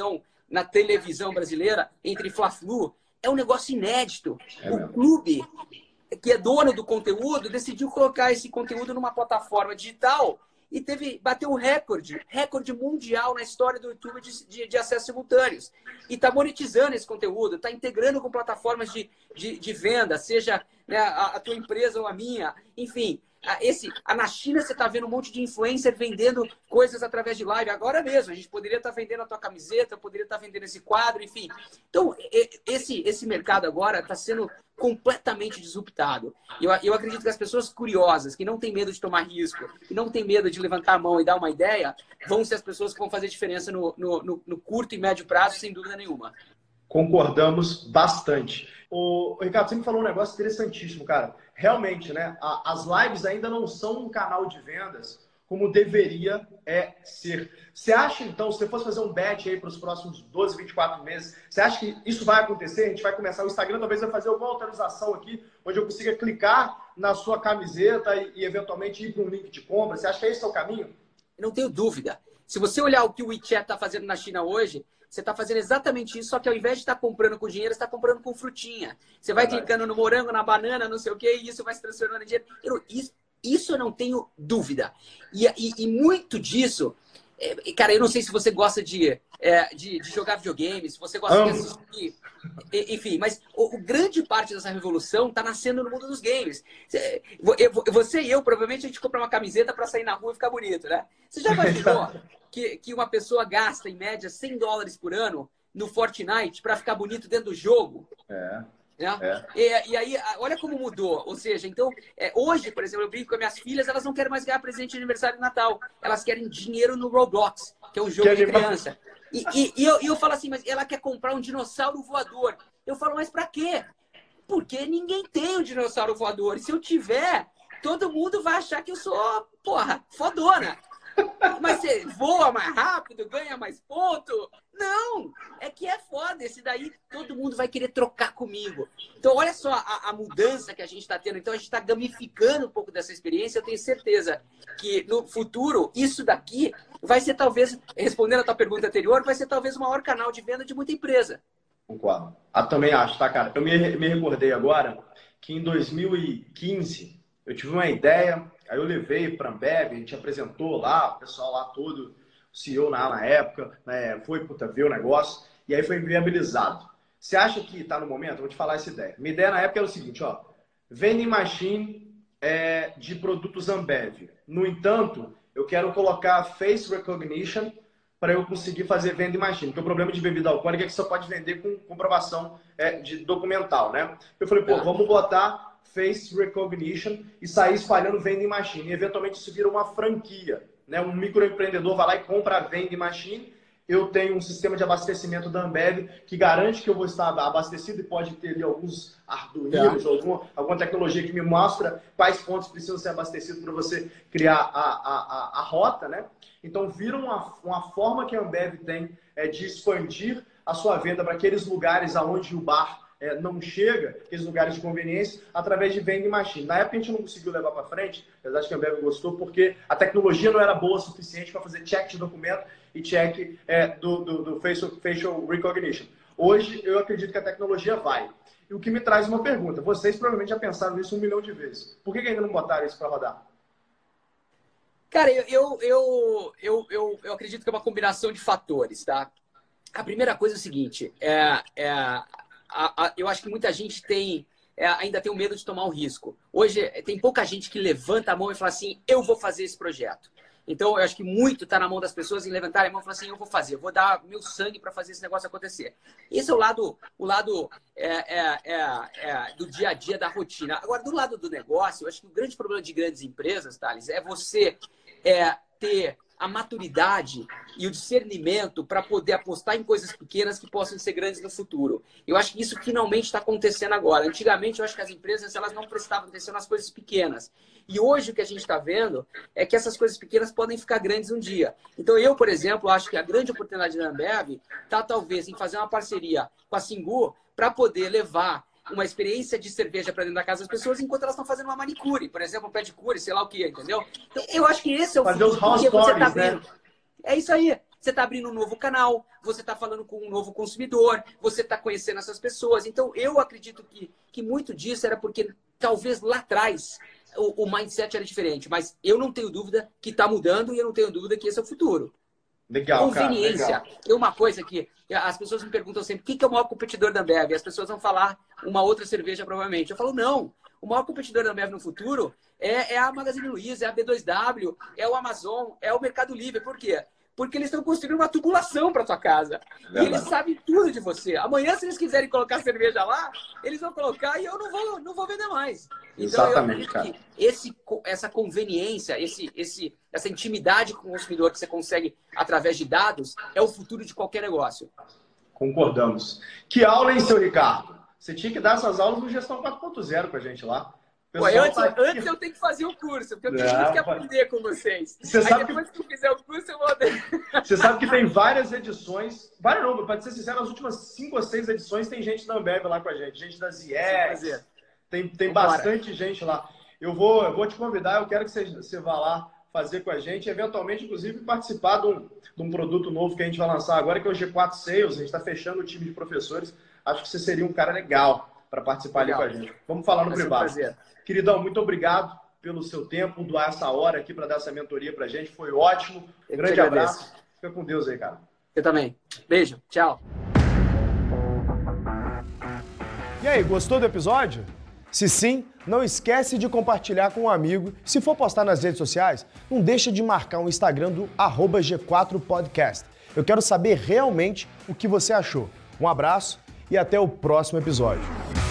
televisão brasileira, entre Fla-Flu. É um negócio inédito. O clube que é dono do conteúdo, decidiu colocar esse conteúdo numa plataforma digital e bateu um recorde mundial na história do YouTube de acessos simultâneos. E está monetizando esse conteúdo, está integrando com plataformas de venda, seja, né, a tua empresa ou a minha, enfim. Na China você está vendo um monte de influencer vendendo coisas através de live. Agora mesmo, a gente poderia estar vendendo a tua camiseta, poderia estar vendendo esse quadro, enfim. Então, esse mercado agora está sendo completamente disruptado. Eu acredito que as pessoas curiosas, que não têm medo de tomar risco, que não têm medo de levantar a mão e dar uma ideia, vão ser as pessoas que vão fazer diferença no curto e médio prazo, sem dúvida nenhuma. Concordamos bastante. Ricardo, você me falou um negócio interessantíssimo, cara. Realmente, né? As lives ainda não são um canal de vendas como deveria ser. Você acha, então, se você fosse fazer um bet aí para os próximos 12, 24 meses, você acha que isso vai acontecer? A gente vai começar, o Instagram talvez vai fazer alguma atualização aqui, onde eu consiga clicar na sua camiseta e eventualmente ir para um link de compra. Você acha que esse é o caminho? Não tenho dúvida. Se você olhar o que o WeChat está fazendo na China hoje, você está fazendo exatamente isso, só que ao invés de estar comprando com dinheiro, você está comprando com frutinha. Você vai clicando no morango, na banana, não sei o quê, e isso vai se transformando em dinheiro. Isso eu não tenho dúvida. E muito disso... Cara, eu não sei se você gosta de jogar videogame, se você gosta de assistir, enfim, mas grande parte dessa revolução está nascendo no mundo dos games. Você e eu, provavelmente, a gente compra uma camiseta para sair na rua e ficar bonito, né? Você já imaginou que uma pessoa gasta, em média, $100 por ano no Fortnite para ficar bonito dentro do jogo? Né? E aí, olha como mudou. Ou seja, então, hoje, por exemplo, eu brinco com as minhas filhas, elas não querem mais ganhar presente de aniversário de Natal. Elas querem dinheiro no Roblox, que é um jogo de criança. E eu falo assim, mas ela quer comprar um dinossauro voador. Eu falo, mas pra quê? Porque ninguém tem um dinossauro voador. E se eu tiver, todo mundo vai achar que eu sou, porra, fodona. Mas você voa mais rápido, ganha mais ponto? Não! É que é foda. Esse daí todo mundo vai querer trocar comigo. Então, olha só a mudança que a gente está tendo. Então, a gente está gamificando um pouco dessa experiência. Eu tenho certeza que no futuro, isso daqui vai ser talvez, respondendo a tua pergunta anterior, vai ser talvez o maior canal de venda de muita empresa. Concordo. Também acho, tá, cara? Eu me recordei agora que em 2015 eu tive uma ideia, aí eu levei para a Ambev, a gente apresentou lá, o pessoal lá todo, o CEO na época, né, foi ver o negócio, e aí foi viabilizado. Você acha que está no momento? Eu vou te falar essa ideia. Minha ideia na época era o seguinte, ó, vending machine de produtos Ambev. No entanto, eu quero colocar face recognition para eu conseguir fazer vending machine. Porque o problema de bebida alcoólica é que você só pode vender com comprovação de documental, né? Eu falei, pô, vamos botar face recognition e sair espalhando vending machine. E eventualmente isso vira uma franquia, né? Um microempreendedor vai lá e compra a vending machine. Eu tenho um sistema de abastecimento da Ambev que garante que eu vou estar abastecido e pode ter ali alguns arduinos, alguma tecnologia que me mostra quais pontos precisam ser abastecidos para você criar a rota, né? Então, vira uma forma que a Ambev tem de expandir a sua venda para aqueles lugares onde o bar não chega, aqueles lugares de conveniência, através de vending machine. Na época, a gente não conseguiu levar para frente, apesar de que a Ambev gostou, porque a tecnologia não era boa o suficiente para fazer check de documento e check do facial recognition. Hoje, eu acredito que a tecnologia vai. E o que me traz uma pergunta. Vocês provavelmente já pensaram nisso 1 milhão de vezes. Por que ainda não botaram isso para rodar? Cara, eu acredito que é uma combinação de fatores, tá? A primeira coisa é o seguinte, eu acho que muita gente ainda tem o medo de tomar um risco. Hoje tem pouca gente que levanta a mão e fala assim, eu vou fazer esse projeto. Então, eu acho que muito está na mão das pessoas em levantar a mão e falar assim, eu vou fazer, eu vou dar meu sangue para fazer esse negócio acontecer. Esse é o lado do dia a dia, da rotina. Agora, do lado do negócio, eu acho que o grande problema de grandes empresas, Thales, é você ter a maturidade e o discernimento para poder apostar em coisas pequenas que possam ser grandes no futuro. Eu acho que isso finalmente está acontecendo agora. Antigamente, eu acho que as empresas elas não prestavam atenção nas coisas pequenas. E hoje o que a gente está vendo é que essas coisas pequenas podem ficar grandes um dia. Então eu, por exemplo, acho que a grande oportunidade da Ambev está talvez em fazer uma parceria com a Singu para poder levar uma experiência de cerveja para dentro da casa das pessoas enquanto elas estão fazendo uma manicure, por exemplo, um pedicure, sei lá o que, entendeu? Então, eu acho que esse é o fazer os house parties, né? É isso aí. Você está abrindo um novo canal, você está falando com um novo consumidor, você está conhecendo essas pessoas. Então, eu acredito que muito disso era porque talvez lá atrás o mindset era diferente. Mas eu não tenho dúvida que está mudando e eu não tenho dúvida que esse é o futuro. Legal, Conveniência. Cara, legal. É uma coisa que as pessoas me perguntam sempre, quem que é o maior competidor da Ambev? E as pessoas vão falar uma outra cerveja, provavelmente. Eu falo, não. O maior competidor da Ambev no futuro é a Magazine Luiza, é a B2W, é o Amazon, é o Mercado Livre. Por quê? Porque eles estão construindo uma tubulação para tua casa. E eles sabem tudo de você. Amanhã, se eles quiserem colocar cerveja lá, eles vão colocar e eu não vou vender mais. Então, exatamente, eu acredito que essa conveniência, essa intimidade com o consumidor que você consegue através de dados é o futuro de qualquer negócio. Concordamos. Que aula, hein, seu Ricardo? Você tinha que dar essas aulas no Gestão 4.0 com a gente lá. Pô, antes eu tenho que fazer o curso, porque eu tenho muito que aprender com vocês. Depois que eu fizer o curso, eu vou... Você sabe que tem várias edições, para ser sincero, nas últimas 5 ou 6 edições tem gente da Ambev lá com a gente, gente da ZIEX, tem bastante gente lá. Eu vou te convidar, eu quero que você vá lá fazer com a gente, eventualmente, inclusive, participar de um produto novo que a gente vai lançar agora, que é o G4 Sales, a gente está fechando o time de professores, acho que você seria um cara legal para participar ali com a gente. Vamos falar no privado. Queridão, muito obrigado pelo seu tempo, doar essa hora aqui para dar essa mentoria para a gente. Foi ótimo. Um grande abraço. Fica com Deus aí, cara. Eu também. Beijo. Tchau. E aí, gostou do episódio? Se sim, não esquece de compartilhar com um amigo. Se for postar nas redes sociais, não deixa de marcar o Instagram do @G4podcast. Eu quero saber realmente o que você achou. Um abraço e até o próximo episódio.